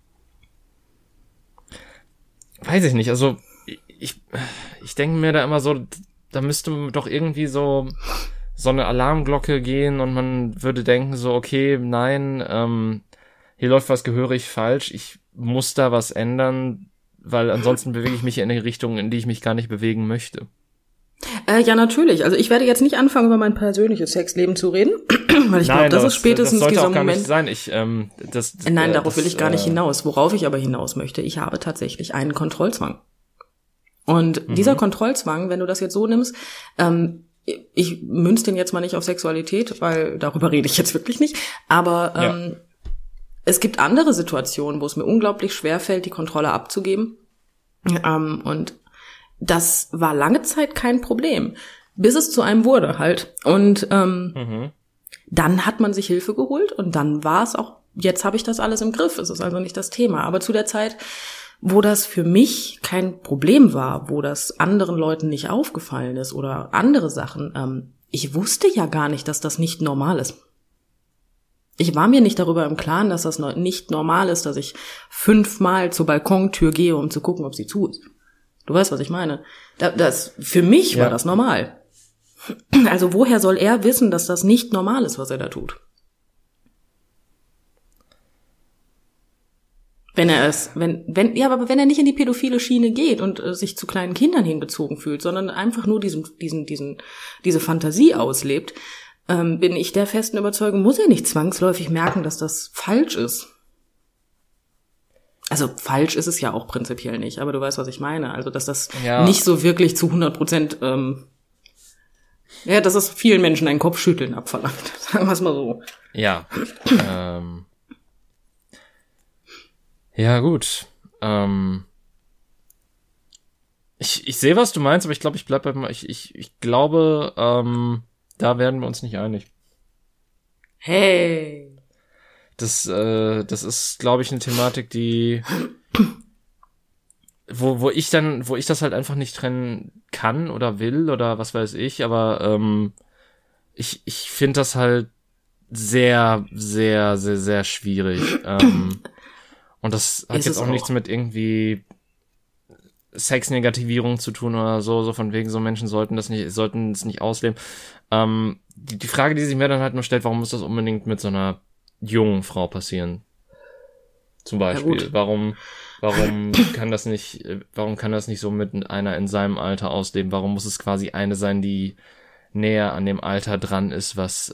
Weiß ich nicht. Also, ich denke mir da immer so, da müsste doch irgendwie so eine Alarmglocke gehen und man würde denken so, okay, nein, hier läuft was gehörig falsch. Ich muss da was ändern, weil ansonsten bewege ich mich in eine Richtung, in die ich mich gar nicht bewegen möchte. Ja, natürlich. Also ich werde jetzt nicht anfangen, über mein persönliches Sexleben zu reden, weil ich glaube, das ist spätestens das dieser auch gar Moment. Nicht sein. Nein, darauf will ich gar nicht hinaus. Worauf ich aber hinaus möchte, ich habe tatsächlich einen Kontrollzwang. Und dieser Kontrollzwang, wenn du das jetzt so nimmst, ich münze den jetzt mal nicht auf Sexualität, weil darüber rede ich jetzt wirklich nicht, aber es gibt andere Situationen, wo es mir unglaublich schwer fällt, die Kontrolle abzugeben. Und das war lange Zeit kein Problem, bis es zu einem wurde halt. Und dann hat man sich Hilfe geholt und dann war es auch, jetzt habe ich das alles im Griff, es ist also nicht das Thema. Aber zu der Zeit, wo das für mich kein Problem war, wo das anderen Leuten nicht aufgefallen ist oder andere Sachen, ich wusste ja gar nicht, dass das nicht normal ist. Ich war mir nicht darüber im Klaren, dass das nicht normal ist, dass ich 5-mal zur Balkontür gehe, um zu gucken, ob sie zu ist. Du weißt, was ich meine. Für mich war das normal. Also woher soll er wissen, dass das nicht normal ist, was er da tut? Aber wenn er nicht in die pädophile Schiene geht und sich zu kleinen Kindern hingezogen fühlt, sondern einfach nur diese Fantasie auslebt, bin ich der festen Überzeugung, muss er nicht zwangsläufig merken, dass das falsch ist. Also falsch ist es ja auch prinzipiell nicht, aber du weißt, was ich meine. Also dass das nicht so wirklich zu 100%, dass es vielen Menschen ein Kopfschütteln abverlangt. Sagen wir es mal so. Ja. Ja, gut. Ich sehe, was du meinst, aber ich glaube, ich glaube, da werden wir uns nicht einig. Hey. Das ist, glaube ich, eine Thematik, die, wo ich das halt einfach nicht trennen kann oder will oder was weiß ich, aber ich finde das halt sehr, sehr, sehr, sehr schwierig. Und das hat jetzt auch nichts mit irgendwie Sexnegativierung zu tun oder so von wegen, so Menschen sollten es nicht ausleben. Die Frage, die sich mir dann halt nur stellt, warum muss das unbedingt mit so einer jungen Frau passieren? Zum Beispiel. Ja, warum kann das nicht so mit einer in seinem Alter ausleben? Warum muss es quasi eine sein, die näher an dem Alter dran ist, was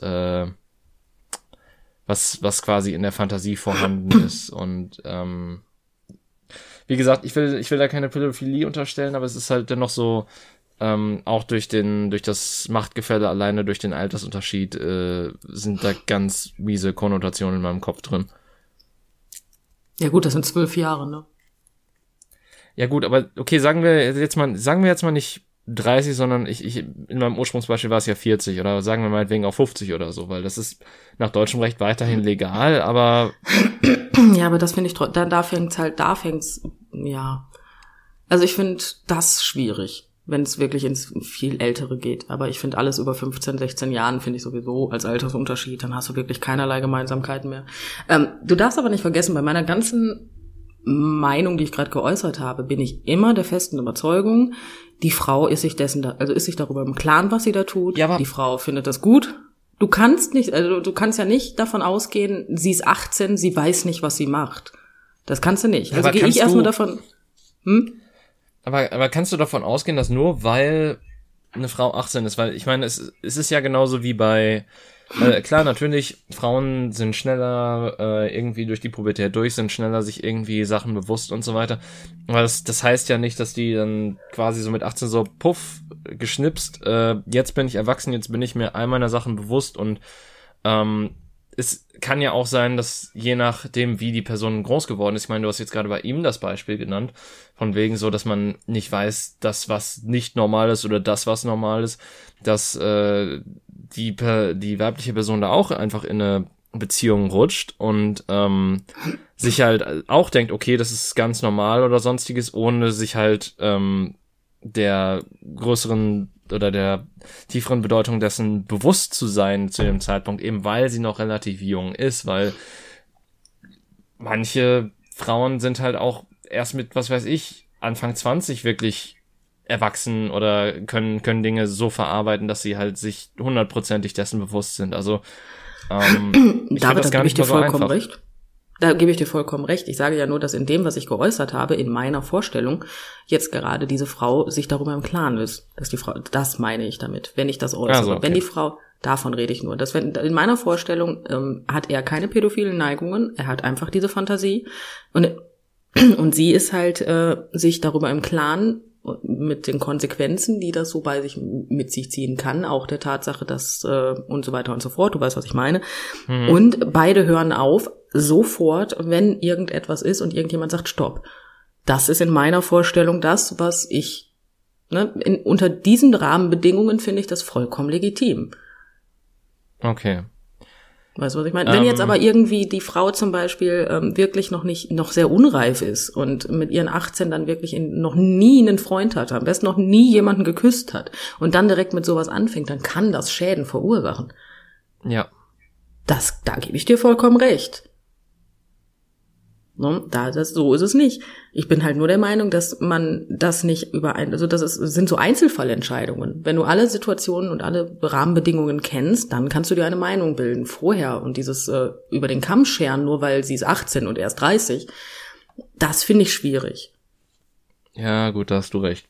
quasi in der Fantasie vorhanden ist? Und wie gesagt, ich will da keine Pädophilie unterstellen, aber es ist halt dennoch so, auch durch das Machtgefälle alleine, durch den Altersunterschied, sind da ganz miese Konnotationen in meinem Kopf drin. Ja gut, das sind 12 Jahre, ne? Ja gut, aber okay, sagen wir jetzt mal nicht 30, sondern in meinem Ursprungsbeispiel war es ja 40 oder sagen wir meinetwegen auch 50 oder so, weil das ist nach deutschem Recht weiterhin legal, aber ja, aber das finde ich da fängt's, ja. Also ich finde das schwierig, wenn es wirklich ins viel Ältere geht. Aber ich finde alles über 15, 16 Jahren finde ich sowieso als Altersunterschied. Dann hast du wirklich keinerlei Gemeinsamkeiten mehr. Du darfst aber nicht vergessen, bei meiner ganzen Meinung, die ich gerade geäußert habe, bin ich immer der festen Überzeugung, die Frau ist sich darüber im Klaren, was sie da tut. Ja, die Frau findet das gut. Du kannst ja nicht davon ausgehen, sie ist 18, sie weiß nicht, was sie macht. Das kannst du nicht. Also gehe ich erstmal davon. Aber kannst du davon ausgehen, dass nur weil eine Frau 18 ist, weil ich meine, es ist ja genauso wie bei, klar, natürlich, Frauen sind schneller irgendwie durch die Pubertät sind schneller sich irgendwie Sachen bewusst und so weiter. Aber das heißt ja nicht, dass die dann quasi so mit 18 so puff, geschnipst, jetzt bin ich erwachsen, jetzt bin ich mir all meiner Sachen bewusst und es kann ja auch sein, dass je nachdem, wie die Person groß geworden ist, ich meine, du hast jetzt gerade bei ihm das Beispiel genannt, von wegen so, dass man nicht weiß, das, was nicht normal ist oder das, was normal ist, dass die weibliche Person da auch einfach in eine Beziehung rutscht und sich halt auch denkt, okay, das ist ganz normal oder sonstiges, ohne sich halt der größeren oder der tieferen Bedeutung dessen bewusst zu sein zu dem Zeitpunkt, eben weil sie noch relativ jung ist, weil manche Frauen sind halt auch erst mit, was weiß ich, Anfang 20 wirklich erwachsen oder können Dinge so verarbeiten, dass sie halt sich 100%ig dessen bewusst sind. Also ich David, da gebe ich dir vollkommen recht. Da gebe ich dir vollkommen recht. Ich sage ja nur, dass in dem, was ich geäußert habe, in meiner Vorstellung, jetzt gerade diese Frau sich darüber im Klaren ist, dass die Frau, das meine ich damit, wenn ich das äußere. Also, okay. Wenn die Frau, davon rede ich nur, dass wenn, in meiner Vorstellung hat er keine pädophilen Neigungen, er hat einfach diese Fantasie und sie ist halt sich darüber im Klaren mit den Konsequenzen, die das so bei sich mit sich ziehen kann, auch der Tatsache, dass und so weiter und so fort, du weißt, was ich meine. Und beide hören auf, sofort, wenn irgendetwas ist und irgendjemand sagt, stopp. Das ist in meiner Vorstellung das, was ich, unter diesen Rahmenbedingungen finde ich das vollkommen legitim. Okay. Weißt du, was ich meine? Wenn jetzt aber irgendwie die Frau zum Beispiel wirklich noch sehr unreif ist und mit ihren 18 dann wirklich noch nie einen Freund hatte, am besten noch nie jemanden geküsst hat und dann direkt mit sowas anfängt, dann kann das Schäden verursachen. Ja. Da gebe ich dir vollkommen recht. So ist es nicht. Ich bin halt nur der Meinung, dass man das nicht sind so Einzelfallentscheidungen. Wenn du alle Situationen und alle Rahmenbedingungen kennst, dann kannst du dir eine Meinung bilden. Vorher und dieses über den Kamm scheren, nur weil sie ist 18 und er ist 30, das finde ich schwierig. Ja, gut, da hast du recht.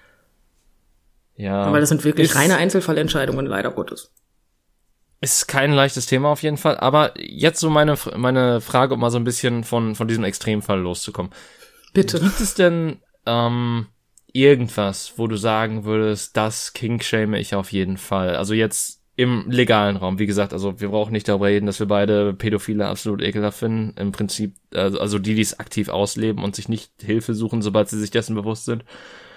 Ja. Weil das sind wirklich reine Einzelfallentscheidungen, leider Gottes. Ist kein leichtes Thema auf jeden Fall, aber jetzt so meine Frage, um mal so ein bisschen von diesem Extremfall loszukommen. Bitte. Gibt es denn irgendwas, wo du sagen würdest, das kink-shame ich auf jeden Fall? Also jetzt im legalen Raum, wie gesagt, also wir brauchen nicht darüber reden, dass wir beide Pädophile absolut ekelhaft finden. Im Prinzip, also die es aktiv ausleben und sich nicht Hilfe suchen, sobald sie sich dessen bewusst sind.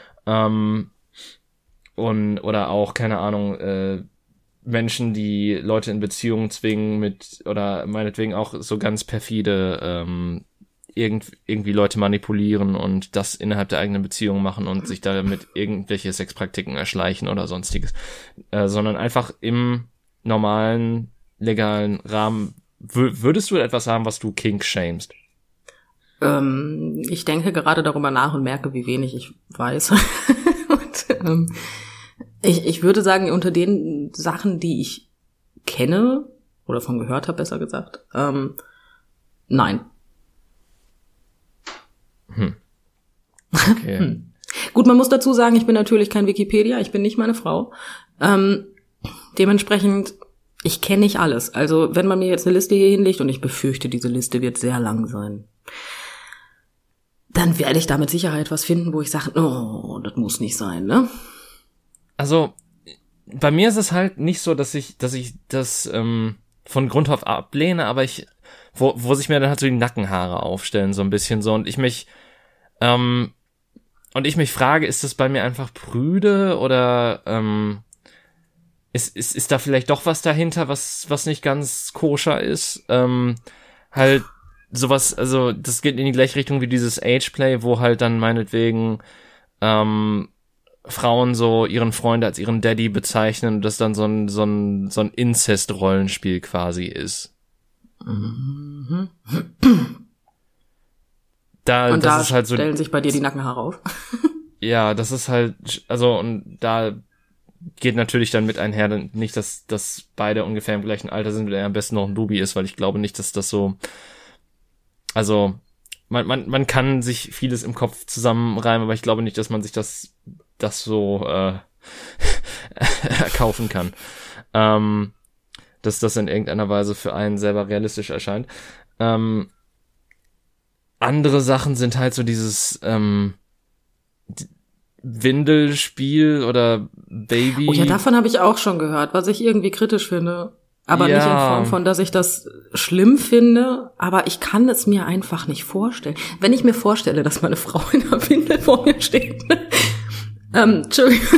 Oder auch, keine Ahnung, Menschen, die Leute in Beziehungen zwingen oder meinetwegen auch so ganz perfide irgendwie Leute manipulieren und das innerhalb der eigenen Beziehung machen und sich damit irgendwelche Sexpraktiken erschleichen oder sonstiges. Sondern einfach im normalen, legalen Rahmen. Würdest du etwas haben, was du kink-shamest? Ich denke gerade darüber nach und merke, wie wenig ich weiß. Und, ich würde sagen, unter den Sachen, die ich kenne, oder von gehört habe, besser gesagt, nein. Okay. Gut, man muss dazu sagen, ich bin natürlich kein Wikipedia, ich bin nicht meine Frau. Dementsprechend, ich kenne nicht alles. Also, wenn man mir jetzt eine Liste hier hinlegt, und ich befürchte, diese Liste wird sehr lang sein, dann werde ich da mit Sicherheit was finden, wo ich sage, oh, das muss nicht sein, ne? Also, bei mir ist es halt nicht so, dass ich das von Grund auf ablehne, aber wo sich mir dann halt so die Nackenhaare aufstellen, so ein bisschen so, und ich mich frage, ist das bei mir einfach prüde oder ist da vielleicht doch was dahinter, was nicht ganz koscher ist? Halt sowas, also das geht in die gleiche Richtung wie dieses Ageplay, wo halt dann meinetwegen Frauen so ihren Freund als ihren Daddy bezeichnen und das dann so ein Inzest-Rollenspiel quasi ist. Mhm. Und das ist halt so, stellen sich bei dir die Nackenhaare auf. Ja, das ist halt, also, und da geht natürlich dann mit einher, nicht, dass beide ungefähr im gleichen Alter sind, wenn er am besten noch ein Bubi ist, weil ich glaube nicht, dass das so, also, man kann sich vieles im Kopf zusammenreimen, aber ich glaube nicht, dass man sich das so erkaufen kann. Dass das in irgendeiner Weise für einen selber realistisch erscheint. Andere Sachen sind halt so dieses Windelspiel oder Baby. Oh ja, davon habe ich auch schon gehört, was ich irgendwie kritisch finde. Aber nicht in Form von, dass ich das schlimm finde, aber ich kann es mir einfach nicht vorstellen. Wenn ich mir vorstelle, dass meine Frau in der Windel vor mir steht, Entschuldigung.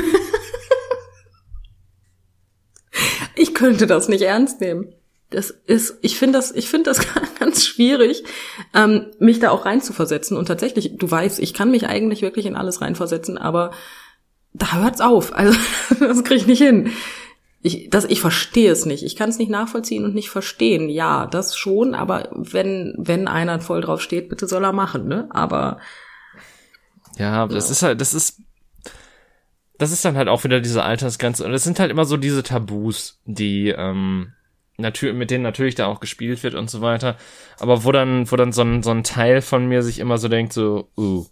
Ich könnte das nicht ernst nehmen. Ich finde das ganz schwierig, mich da auch reinzuversetzen. Und tatsächlich, du weißt, ich kann mich eigentlich wirklich in alles reinversetzen, aber da hört's auf. Also, das kriege ich nicht hin. Ich verstehe es nicht. Ich kann es nicht nachvollziehen und nicht verstehen. Ja, das schon, aber wenn einer voll drauf steht, bitte soll er machen, ne? Aber ja, das ist dann halt auch wieder diese Altersgrenze. Und es sind halt immer so diese Tabus, die mit denen natürlich da auch gespielt wird und so weiter. Aber wo dann so ein Teil von mir sich immer so denkt, so,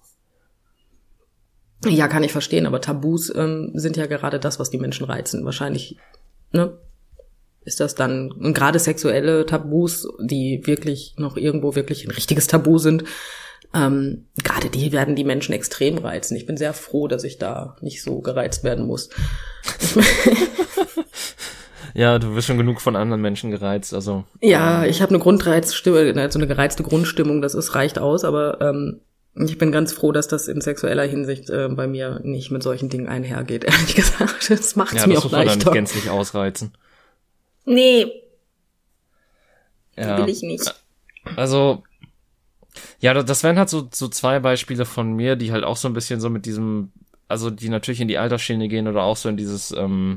Ja, kann ich verstehen, aber Tabus sind ja gerade das, was die Menschen reizen. Wahrscheinlich, ne? Ist das dann, und gerade sexuelle Tabus, die wirklich noch irgendwo wirklich ein richtiges Tabu sind, gerade die werden die Menschen extrem reizen. Ich bin sehr froh, dass ich da nicht so gereizt werden muss. Ja, du wirst schon genug von anderen Menschen gereizt, also. Ja, ich habe eine Grundreizstimmung, so eine gereizte Grundstimmung, reicht aus, aber ich bin ganz froh, dass das in sexueller Hinsicht bei mir nicht mit solchen Dingen einhergeht, ehrlich gesagt. Das macht's mir auch leichter. Ja, das muss man dann nicht gänzlich ausreizen. Nee. Ja. Will ich nicht. Also, ja, das wären halt so 2 Beispiele von mir, die halt auch so ein bisschen so mit diesem, also die natürlich in die Altersschiene gehen oder auch so in dieses,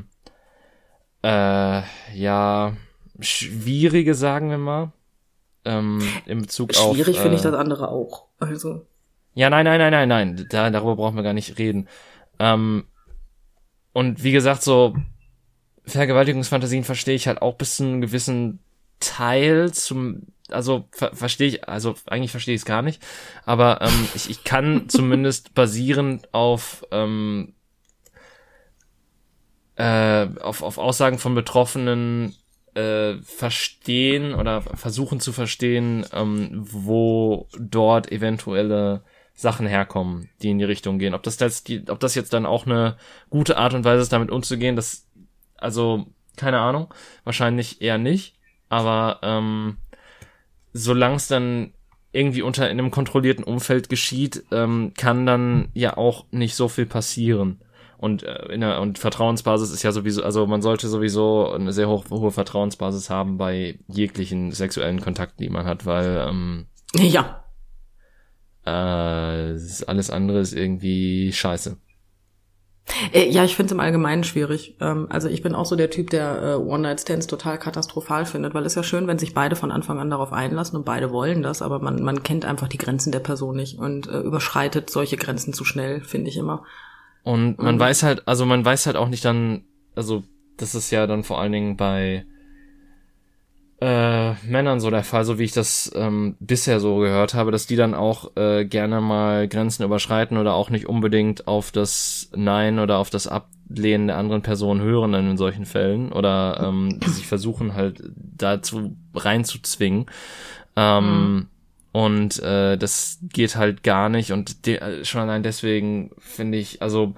schwierige, sagen wir mal, in Bezug auf... Schwierig finde ich das andere auch, also... Ja, nein, darüber brauchen wir gar nicht reden. Und wie gesagt, so Vergewaltigungsfantasien verstehe ich halt auch bis zu einem gewissen Teil verstehe ich es gar nicht, aber ich kann zumindest basierend auf Aussagen von Betroffenen verstehen oder versuchen zu verstehen, wo dort eventuelle Sachen herkommen, die in die Richtung gehen. Ob das jetzt dann auch eine gute Art und Weise ist, damit umzugehen, keine Ahnung, wahrscheinlich eher nicht, aber solange es dann irgendwie in einem kontrollierten Umfeld geschieht, kann dann ja auch nicht so viel passieren. Und und Vertrauensbasis ist ja sowieso, also man sollte sowieso eine sehr hohe Vertrauensbasis haben bei jeglichen sexuellen Kontakten, die man hat, weil ja. Alles andere ist irgendwie scheiße. Ja, ich finde es im Allgemeinen schwierig. Also ich bin auch so der Typ, der One-Night-Stands total katastrophal findet, weil es ja schön, wenn sich beide von Anfang an darauf einlassen und beide wollen das, aber man kennt einfach die Grenzen der Person nicht und überschreitet solche Grenzen zu schnell, finde ich immer. Und man weiß halt auch nicht dann, also das ist ja dann vor allen Dingen bei Männern so der Fall, so wie ich das bisher so gehört habe, dass die dann auch gerne mal Grenzen überschreiten oder auch nicht unbedingt auf das Nein oder auf das Ablehnen der anderen Person hören in solchen Fällen oder sich versuchen halt dazu reinzuzwingen. Und das geht halt gar nicht und schon allein deswegen finde ich, also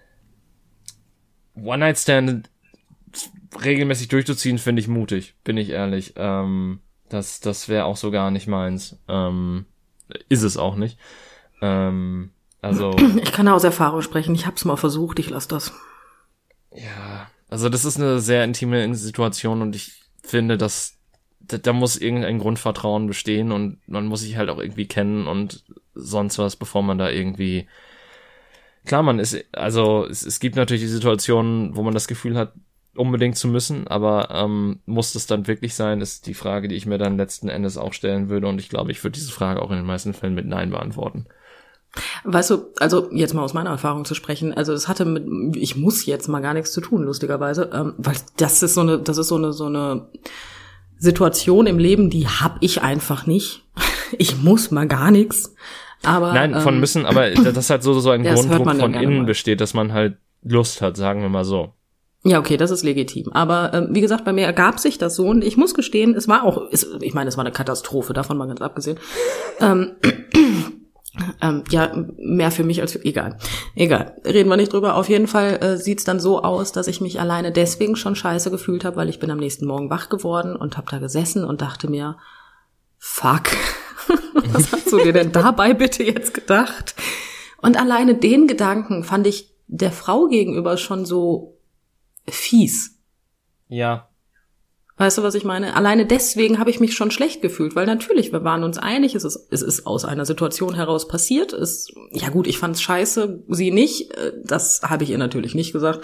One-Night-Stand regelmäßig durchzuziehen, finde ich mutig, bin ich ehrlich. Das wäre auch so gar nicht meins. Ist es auch nicht. Also ich kann aus Erfahrung sprechen, ich hab's mal versucht, ich lasse das. Ja, also das ist eine sehr intime Situation und ich finde, dass da muss irgendein Grundvertrauen bestehen und man muss sich halt auch irgendwie kennen und sonst was, bevor man da irgendwie... Klar, es gibt natürlich die Situationen, wo man das Gefühl hat, unbedingt zu müssen, aber muss das dann wirklich sein, ist die Frage, die ich mir dann letzten Endes auch stellen würde und ich glaube, ich würde diese Frage auch in den meisten Fällen mit Nein beantworten. Weißt du, also jetzt mal aus meiner Erfahrung zu sprechen, also es hatte ich muss jetzt mal gar nichts zu tun, lustigerweise, weil das ist so eine Situation im Leben, die hab ich einfach nicht. Ich muss mal gar nichts. Aber nein, von müssen, aber das halt so ein Grunddruck von innen besteht, dass man halt Lust hat, sagen wir mal so. Ja, okay, das ist legitim. Aber wie gesagt, bei mir ergab sich das so und ich muss gestehen, es war eine Katastrophe, davon mal ganz abgesehen. Ja, mehr für mich als für... Egal, reden wir nicht drüber. Auf jeden Fall sieht's dann so aus, dass ich mich alleine deswegen schon scheiße gefühlt habe, weil ich bin am nächsten Morgen wach geworden und habe da gesessen und dachte mir, fuck, was hast du dir denn dabei bitte jetzt gedacht? Und alleine den Gedanken fand ich der Frau gegenüber schon so fies. Ja. Weißt du, was ich meine? Alleine deswegen habe ich mich schon schlecht gefühlt, weil natürlich, wir waren uns einig, es ist aus einer Situation heraus passiert. Ja gut, ich fand's scheiße, sie nicht, das habe ich ihr natürlich nicht gesagt.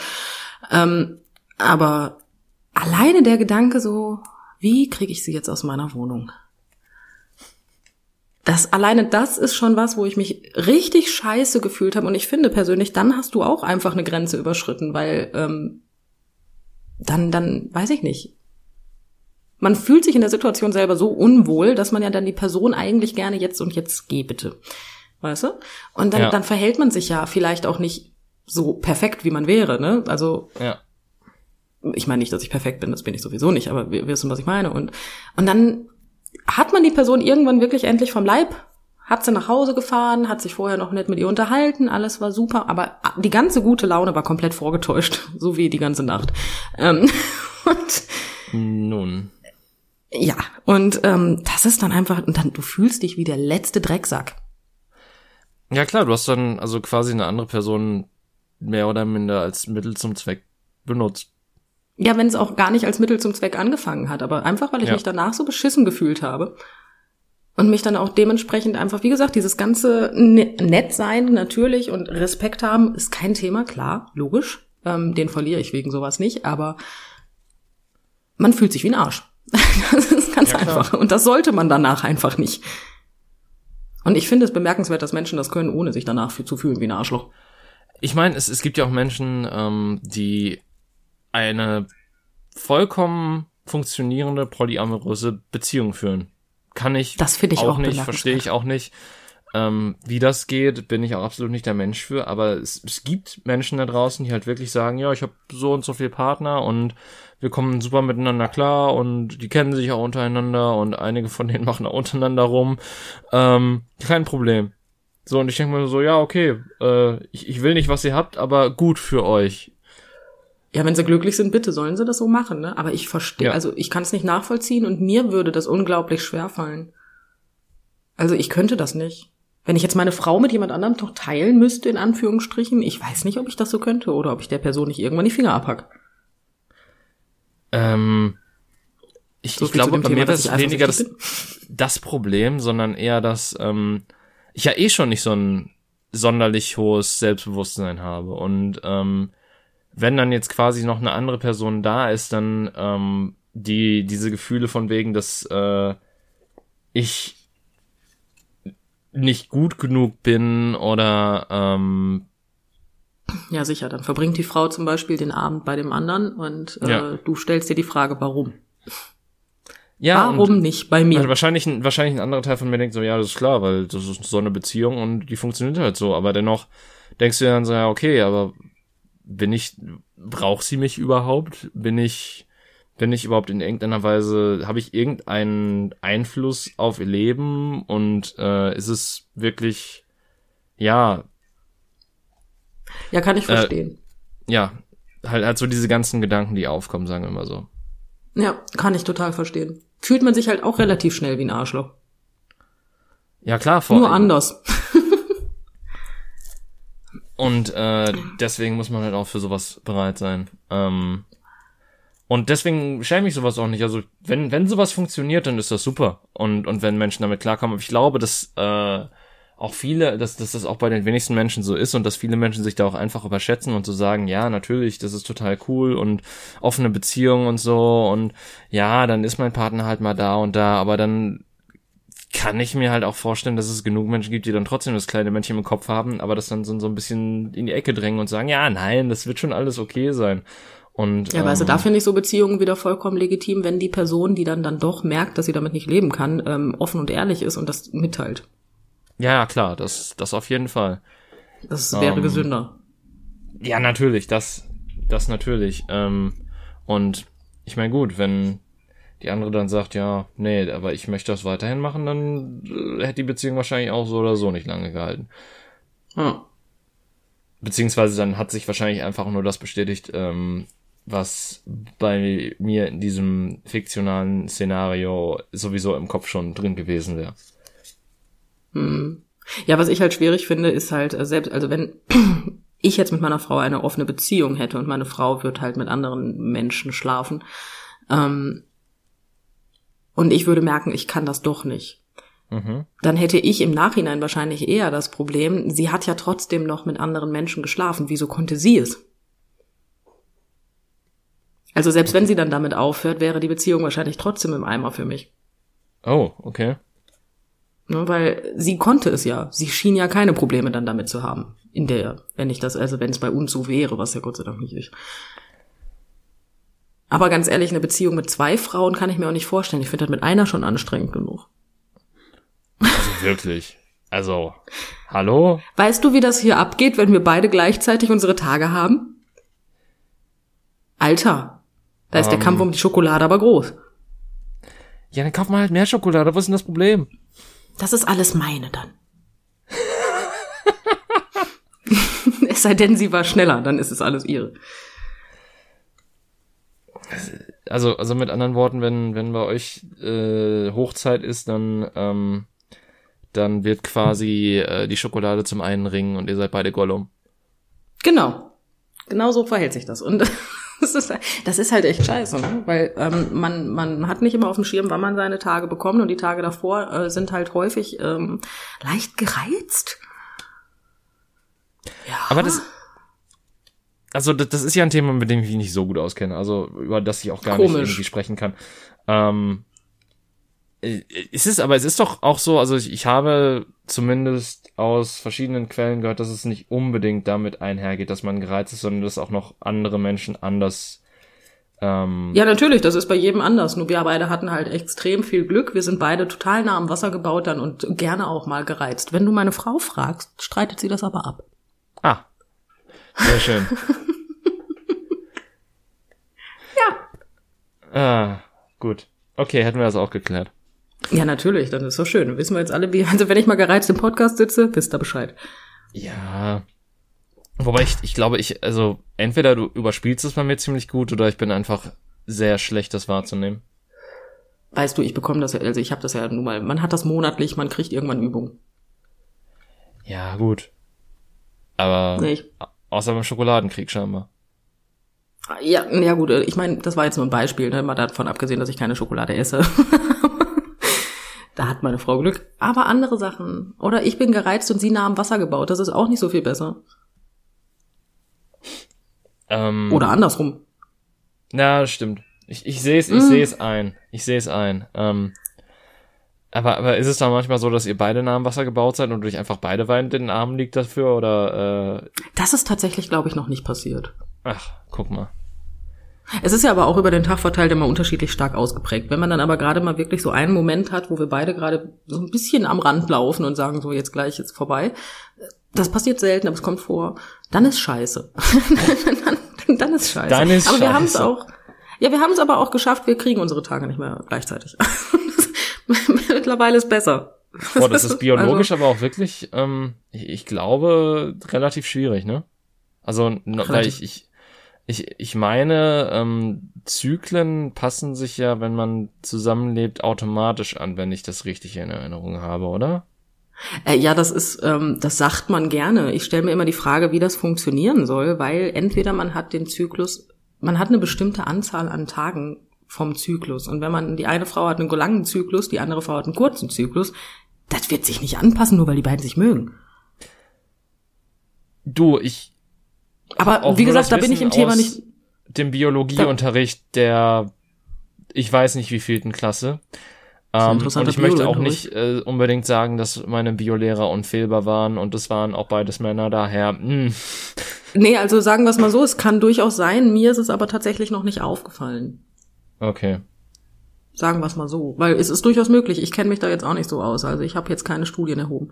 Aber alleine der Gedanke so, wie kriege ich sie jetzt aus meiner Wohnung? Alleine das ist schon was, wo ich mich richtig scheiße gefühlt habe. Und ich finde persönlich, dann hast du auch einfach eine Grenze überschritten, weil dann weiß ich nicht. Man fühlt sich in der Situation selber so unwohl, dass man ja dann die Person eigentlich gerne jetzt geh bitte. Weißt du? Und dann verhält man sich ja vielleicht auch nicht so perfekt, wie man wäre, ne? Also, ich meine nicht, dass ich perfekt bin, das bin ich sowieso nicht, aber wir wissen, was ich meine. Und dann hat man die Person irgendwann wirklich endlich vom Leib, hat sie nach Hause gefahren, hat sich vorher noch nett mit ihr unterhalten, alles war super, aber die ganze gute Laune war komplett vorgetäuscht, so wie die ganze Nacht. Nun. Ja, und das ist dann einfach, und dann du fühlst dich wie der letzte Drecksack. Ja klar, du hast dann also quasi eine andere Person mehr oder minder als Mittel zum Zweck benutzt. Ja, wenn es auch gar nicht als Mittel zum Zweck angefangen hat, aber einfach, weil ich mich danach so beschissen gefühlt habe und mich dann auch dementsprechend einfach, wie gesagt, dieses ganze nett sein natürlich und Respekt haben ist kein Thema, klar, logisch, den verliere ich wegen sowas nicht, aber man fühlt sich wie ein Arsch. Das ist ganz einfach. Und das sollte man danach einfach nicht. Und ich finde es bemerkenswert, dass Menschen das können, ohne sich danach zu fühlen wie ein Arschloch. Ich meine, es gibt ja auch Menschen, die eine vollkommen funktionierende polyamoröse Beziehung führen. Das finde ich auch nicht, verstehe ich auch nicht. Wie das geht, bin ich auch absolut nicht der Mensch für, aber es gibt Menschen da draußen, die halt wirklich sagen, ja, ich habe so und so viele Partner und wir kommen super miteinander klar und die kennen sich auch untereinander und einige von denen machen auch untereinander rum. Kein Problem. So, und ich denke mir so, ja, okay, ich will nicht, was ihr habt, aber gut für euch. Ja, wenn sie glücklich sind, bitte sollen sie das so machen, ne? Aber ich verstehe, also ich kann es nicht nachvollziehen und mir würde das unglaublich schwer fallen. Also ich könnte das nicht. Wenn ich jetzt meine Frau mit jemand anderem doch teilen müsste, in Anführungsstrichen, ich weiß nicht, ob ich das so könnte oder ob ich der Person nicht irgendwann die Finger abhack. Ich glaube, bei mir ist weniger das Problem, sondern eher, dass ich ja eh schon nicht so ein sonderlich hohes Selbstbewusstsein habe. Und wenn dann jetzt quasi noch eine andere Person da ist, dann diese Gefühle von wegen, dass ich nicht gut genug bin oder ja, sicher. Dann verbringt die Frau zum Beispiel den Abend bei dem anderen und du stellst dir die Frage, warum? Ja, warum nicht bei mir? Wahrscheinlich ein anderer Teil von mir denkt so, ja, das ist klar, weil das ist so eine Beziehung und die funktioniert halt so. Aber dennoch denkst du dann so, ja, okay, aber braucht sie mich überhaupt? Bin ich überhaupt in irgendeiner Weise, habe ich irgendeinen Einfluss auf ihr Leben und ist es wirklich, ja, kann ich verstehen. Ja, halt so diese ganzen Gedanken, die aufkommen, sagen wir mal so. Ja, kann ich total verstehen. Fühlt man sich halt auch relativ schnell wie ein Arschloch. Ja, klar. Nur anders. Und deswegen muss man halt auch für sowas bereit sein. Und deswegen schäme ich sowas auch nicht. Also wenn sowas funktioniert, dann ist das super. Und wenn Menschen damit klarkommen. Aber ich glaube, dass auch dass das auch bei den wenigsten Menschen so ist und dass viele Menschen sich da auch einfach überschätzen und so sagen, ja, natürlich, das ist total cool und offene Beziehung und so und ja, dann ist mein Partner halt mal da und da, aber dann kann ich mir halt auch vorstellen, dass es genug Menschen gibt, die dann trotzdem das kleine Männchen im Kopf haben, aber das dann so ein bisschen in die Ecke drängen und sagen, ja, nein, das wird schon alles okay sein. Und, ja, also da finde ich so Beziehungen wieder vollkommen legitim, wenn die Person, die dann doch merkt, dass sie damit nicht leben kann, offen und ehrlich ist und das mitteilt. Ja, klar, das auf jeden Fall. Das wäre gesünder. Ja, natürlich, das natürlich. Und ich meine, gut, wenn die andere dann sagt, ja, nee, aber ich möchte das weiterhin machen, dann hätte die Beziehung wahrscheinlich auch so oder so nicht lange gehalten. Beziehungsweise dann hat sich wahrscheinlich einfach nur das bestätigt, was bei mir in diesem fiktionalen Szenario sowieso im Kopf schon drin gewesen wäre. Ja, was ich halt schwierig finde, ist halt selbst, also wenn ich jetzt mit meiner Frau eine offene Beziehung hätte und meine Frau wird halt mit anderen Menschen schlafen, und ich würde merken, ich kann das doch nicht. Dann hätte ich im Nachhinein wahrscheinlich eher das Problem, sie hat ja trotzdem noch mit anderen Menschen geschlafen. Wieso konnte sie es? Also selbst wenn sie dann damit aufhört, wäre die Beziehung wahrscheinlich trotzdem im Eimer für mich. Oh, okay. Ne, weil sie konnte es ja. Sie schien ja keine Probleme dann damit zu haben. Wenn es bei uns so wäre, was ja Gott sei Dank nicht ist. Aber ganz ehrlich, eine Beziehung mit 2 Frauen kann ich mir auch nicht vorstellen. Ich finde das mit einer schon anstrengend genug. Also wirklich. Also, hallo? Weißt du, wie das hier abgeht, wenn wir beide gleichzeitig unsere Tage haben? Alter, da ist der Kampf um die Schokolade aber groß. Ja, dann kauft man halt mehr Schokolade. Was ist denn das Problem? Das ist alles meine dann. Es sei denn, sie war schneller, dann ist es alles ihre. Also mit anderen Worten, wenn bei euch Hochzeit ist, dann wird quasi die Schokolade zum einen Ring und ihr seid beide Gollum. Genau so verhält sich das. Und das ist halt echt scheiße, ne? Weil man hat nicht immer auf dem Schirm, wann man seine Tage bekommt, und die Tage davor sind halt häufig leicht gereizt. Ja. Aber das ist ja ein Thema, mit dem ich mich nicht so gut auskenne, also über das ich auch gar nicht irgendwie sprechen kann. Es ist doch auch so, also ich habe zumindest aus verschiedenen Quellen gehört, dass es nicht unbedingt damit einhergeht, dass man gereizt ist, sondern dass auch noch andere Menschen anders. Ja, natürlich, das ist bei jedem anders. Nur wir beide hatten halt extrem viel Glück. Wir sind beide total nah am Wasser gebaut dann und gerne auch mal gereizt. Wenn du meine Frau fragst, streitet sie das aber ab. Ah, sehr schön. Ja. Ah, gut. Okay, hätten wir das auch geklärt. Ja, natürlich, dann ist doch schön. Wissen wir jetzt alle, also wenn ich mal gereizt im Podcast sitze, wisst ihr Bescheid. Ja. Wobei ich glaube, also entweder du überspielst es bei mir ziemlich gut oder ich bin einfach sehr schlecht, das wahrzunehmen. Weißt du, ich bekomme das ja, also ich habe das ja nun mal, man hat das monatlich, man kriegt irgendwann Übung. Ja, gut. Aber außer beim Schokoladenkrieg scheinbar. Ja gut, ich meine, das war jetzt nur ein Beispiel, ne? Mal davon abgesehen, dass ich keine Schokolade esse. Da hat meine Frau Glück. Aber andere Sachen. Oder ich bin gereizt und sie nah am Wasser gebaut. Das ist auch nicht so viel besser. Oder andersrum. Na, stimmt. Ich sehe es ein. Aber ist es dann manchmal so, dass ihr beide nah am Wasser gebaut seid und euch einfach beide weinend in den Armen liegt dafür, oder? Das ist tatsächlich, glaube ich, noch nicht passiert. Ach, guck mal. Es ist ja aber auch über den Tag verteilt immer unterschiedlich stark ausgeprägt. Wenn man dann aber gerade mal wirklich so einen Moment hat, wo wir beide gerade so ein bisschen am Rand laufen und sagen so, jetzt gleich ist vorbei, das passiert selten, aber es kommt vor, dann ist scheiße. dann ist scheiße. Dann ist aber scheiße. Wir haben es auch, ja, wir haben es aber auch geschafft, wir kriegen unsere Tage nicht mehr gleichzeitig. Mittlerweile ist besser. Boah, das ist biologisch aber auch wirklich, ich glaube, relativ schwierig, ne? Also, weil ich meine, Zyklen passen sich ja, wenn man zusammenlebt, automatisch an, wenn ich das richtig in Erinnerung habe, oder? Ja, das sagt man gerne. Ich stelle mir immer die Frage, wie das funktionieren soll, weil entweder man hat den Zyklus, man hat eine bestimmte Anzahl an Tagen vom Zyklus. Und wenn die eine Frau hat einen langen Zyklus, die andere Frau hat einen kurzen Zyklus, das wird sich nicht anpassen, nur weil die beiden sich mögen. Aber wie gesagt, da bin ich im Thema nicht. Dem Biologieunterricht der, ich weiß nicht wievielten Klasse. Und ich möchte auch nicht unbedingt sagen, dass meine Biolehrer unfehlbar waren und es waren auch beides Männer, daher. Nee, also sagen wir es mal so, es kann durchaus sein, mir ist es aber tatsächlich noch nicht aufgefallen. Okay. Sagen wir es mal so, weil es ist durchaus möglich, ich kenne mich da jetzt auch nicht so aus, also ich habe jetzt keine Studien erhoben.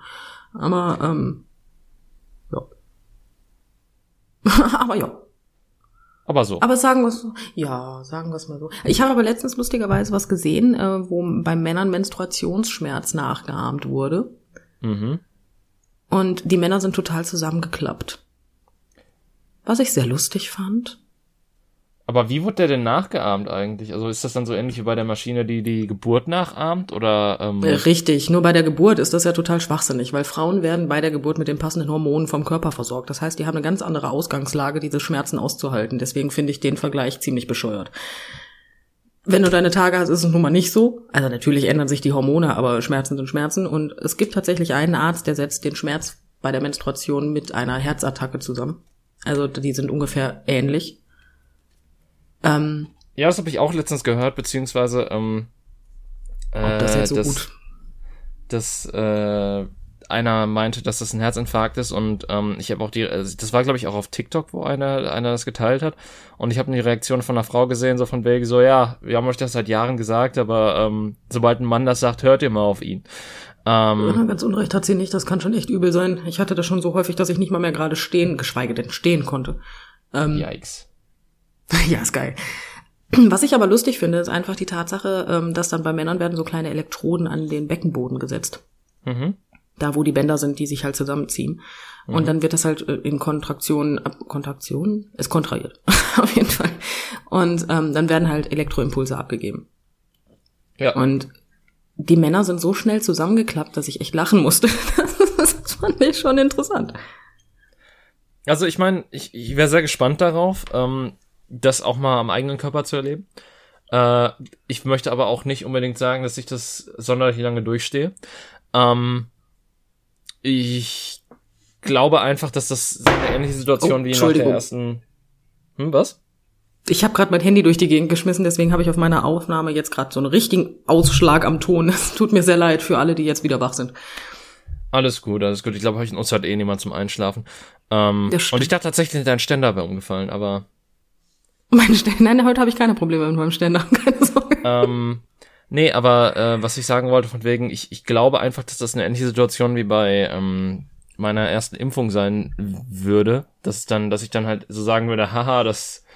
Aber, ja. Aber ja. Aber so. Aber sagen wir es mal so. Ich habe aber letztens lustigerweise was gesehen, wo bei Männern Menstruationsschmerz nachgeahmt wurde. Mhm. Und die Männer sind total zusammengeklappt. Was ich sehr lustig fand. Aber wie wurde der denn nachgeahmt eigentlich? Also ist das dann so ähnlich wie bei der Maschine, die die Geburt nachahmt? Oder Richtig, nur bei der Geburt ist das ja total schwachsinnig, weil Frauen werden bei der Geburt mit den passenden Hormonen vom Körper versorgt. Das heißt, die haben eine ganz andere Ausgangslage, diese Schmerzen auszuhalten. Deswegen finde ich den Vergleich ziemlich bescheuert. Wenn du deine Tage hast, ist es nun mal nicht so. Also natürlich ändern sich die Hormone, aber Schmerzen sind Schmerzen. Und es gibt tatsächlich einen Arzt, der setzt den Schmerz bei der Menstruation mit einer Herzattacke zusammen. Also die sind ungefähr ähnlich. Ja, das habe ich auch letztens gehört, beziehungsweise das jetzt so gut. Dass einer meinte, dass das ein Herzinfarkt ist und ich habe auch das war glaube ich auch auf TikTok, wo einer das geteilt hat und ich habe die Reaktion von einer Frau gesehen, so von wegen so, ja, wir haben euch das seit Jahren gesagt, aber sobald ein Mann das sagt, hört ihr mal auf ihn. Ganz unrecht hat sie nicht, das kann schon echt übel sein. Ich hatte das schon so häufig, dass ich nicht mal mehr gerade geschweige denn stehen konnte. Yikes. Ja, ist geil. Was ich aber lustig finde, ist einfach die Tatsache, dass dann bei Männern werden so kleine Elektroden an den Beckenboden gesetzt. Mhm. Da, wo die Bänder sind, die sich halt zusammenziehen. Mhm. Und dann wird das halt in Kontraktionen, ist kontrahiert. Auf jeden Fall. Und dann werden halt Elektroimpulse abgegeben. Ja. Und die Männer sind so schnell zusammengeklappt, dass ich echt lachen musste. Das fand ich schon interessant. Also ich meine, ich wäre sehr gespannt darauf, das auch mal am eigenen Körper zu erleben. Ich möchte aber auch nicht unbedingt sagen, dass ich das sonderlich lange durchstehe. Ich glaube einfach, dass das so eine ähnliche Situation wie nach der ersten... was? Ich habe gerade mein Handy durch die Gegend geschmissen, deswegen habe ich auf meiner Aufnahme jetzt gerade so einen richtigen Ausschlag am Ton. Es tut mir sehr leid für alle, die jetzt wieder wach sind. Alles gut. Ich glaube, heute uns hat niemand zum Einschlafen. Und ich dachte tatsächlich, dein Ständer wäre umgefallen, aber... Mein Ständer? Nein, heute habe ich keine Probleme mit meinem Ständer, keine Sorge. Nee, aber was ich sagen wollte, von wegen, ich glaube einfach, dass das eine ähnliche Situation wie bei meiner ersten Impfung sein würde, dass ich dann halt so sagen würde, haha, das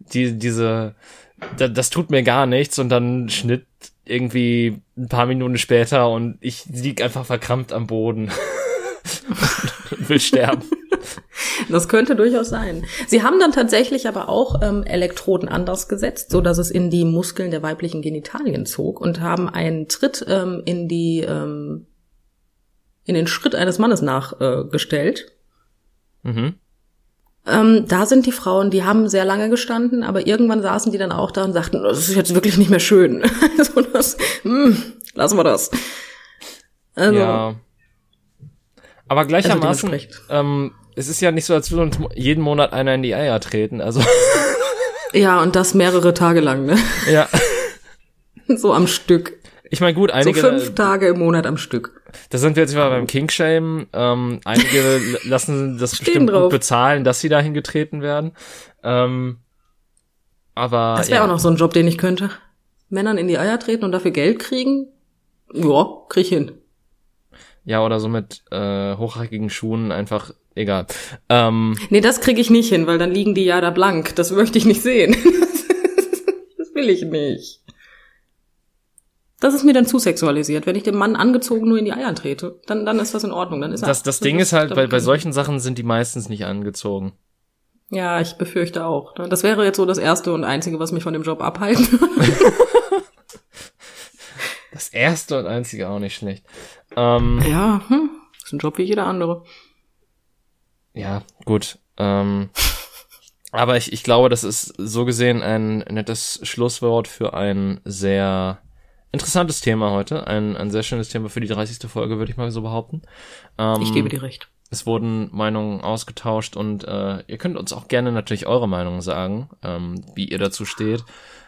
tut mir gar nichts und dann Schnitt irgendwie ein paar Minuten später und ich lieg einfach verkrampft am Boden und will sterben. Das könnte durchaus sein. Sie haben dann tatsächlich aber auch Elektroden anders gesetzt, so dass es in die Muskeln der weiblichen Genitalien zog und haben einen Tritt in den Schritt eines Mannes nachgestellt. Mhm. Da sind die Frauen, die haben sehr lange gestanden, aber irgendwann saßen die dann auch da und sagten, das ist jetzt wirklich nicht mehr schön. Also lassen wir das. Also, ja. Aber gleichermaßen, es ist ja nicht so, als würde uns jeden Monat einer in die Eier treten, also. Ja, und das mehrere Tage lang, ne? Ja. So am Stück. Ich meine, gut, einige... So 5 Tage im Monat am Stück. Da sind wir jetzt wieder beim King-Shame. Einige lassen das bestimmt gut bezahlen, dass sie dahin getreten werden. Aber das wäre auch noch so ein Job, den ich könnte. Männern in die Eier treten und dafür Geld kriegen? Ja, krieg ich hin. Ja, oder so mit hochhackigen Schuhen einfach, egal. Nee, das krieg ich nicht hin, weil dann liegen die ja da blank. Das möchte ich nicht sehen. Das will ich nicht. Das ist mir dann zu sexualisiert. Wenn ich dem Mann angezogen nur in die Eier trete, dann ist das in Ordnung. Dann ist das Ding ist halt, bei solchen Sachen sind die meistens nicht angezogen. Ja, ich befürchte auch. Das wäre jetzt so das Erste und Einzige, was mich von dem Job abhalten würde. Das Erste und Einzige auch nicht schlecht. Ja, ist ein Job wie jeder andere. Ja, gut. Aber ich glaube, das ist so gesehen ein nettes Schlusswort für ein sehr interessantes Thema heute. Ein sehr schönes Thema für die 30. Folge, würde ich mal so behaupten. Ich gebe dir recht. Es wurden Meinungen ausgetauscht und ihr könnt uns auch gerne natürlich eure Meinung sagen, wie ihr dazu steht,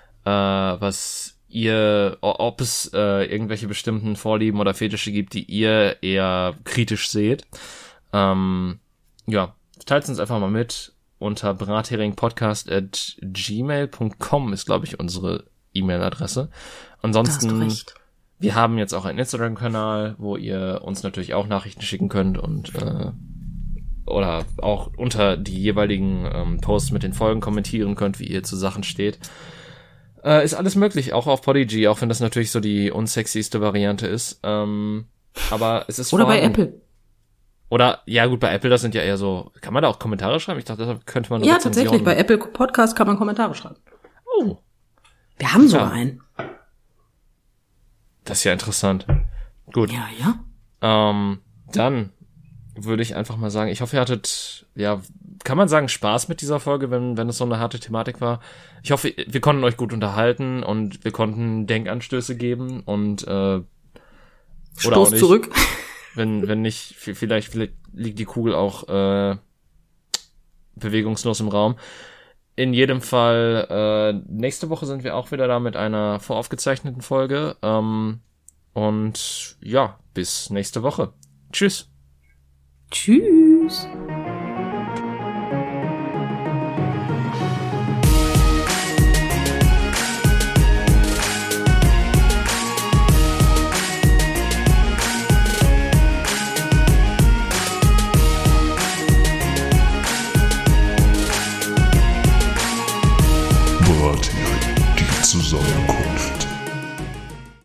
ob es irgendwelche bestimmten Vorlieben oder Fetische gibt, die ihr eher kritisch seht. Ja, teilt uns einfach mal mit. Unter bratheringpodcast@gmail.com ist, glaube ich, unsere E-Mail-Adresse. Ansonsten, wir haben jetzt auch einen Instagram-Kanal, wo ihr uns natürlich auch Nachrichten schicken könnt und oder auch unter die jeweiligen Posts mit den Folgen kommentieren könnt, wie ihr zu Sachen steht. Ist alles möglich, auch auf Podigy, auch wenn das natürlich so die unsexyste Variante ist. Aber es ist oder bei Apple. Oder, ja gut, bei Apple, das sind ja eher so, kann man da auch Kommentare schreiben? Ich dachte, deshalb könnte man eine Rezension. Tatsächlich, bei Apple Podcast kann man Kommentare schreiben. Oh. Wir haben sogar einen. Das ist ja interessant. Gut. Ja. Dann würde ich einfach mal sagen, ich hoffe, ihr hattet, ja, kann man sagen, Spaß mit dieser Folge, wenn es so eine harte Thematik war. Ich hoffe, wir konnten euch gut unterhalten und wir konnten Denkanstöße geben und oder Stoß auch nicht. Zurück. Wenn nicht, vielleicht liegt die Kugel auch bewegungslos im Raum. In jedem Fall, nächste Woche sind wir auch wieder da mit einer voraufgezeichneten Folge. Und ja, bis nächste Woche. Tschüss. Tschüss. Brathering, die Zusammenkunft.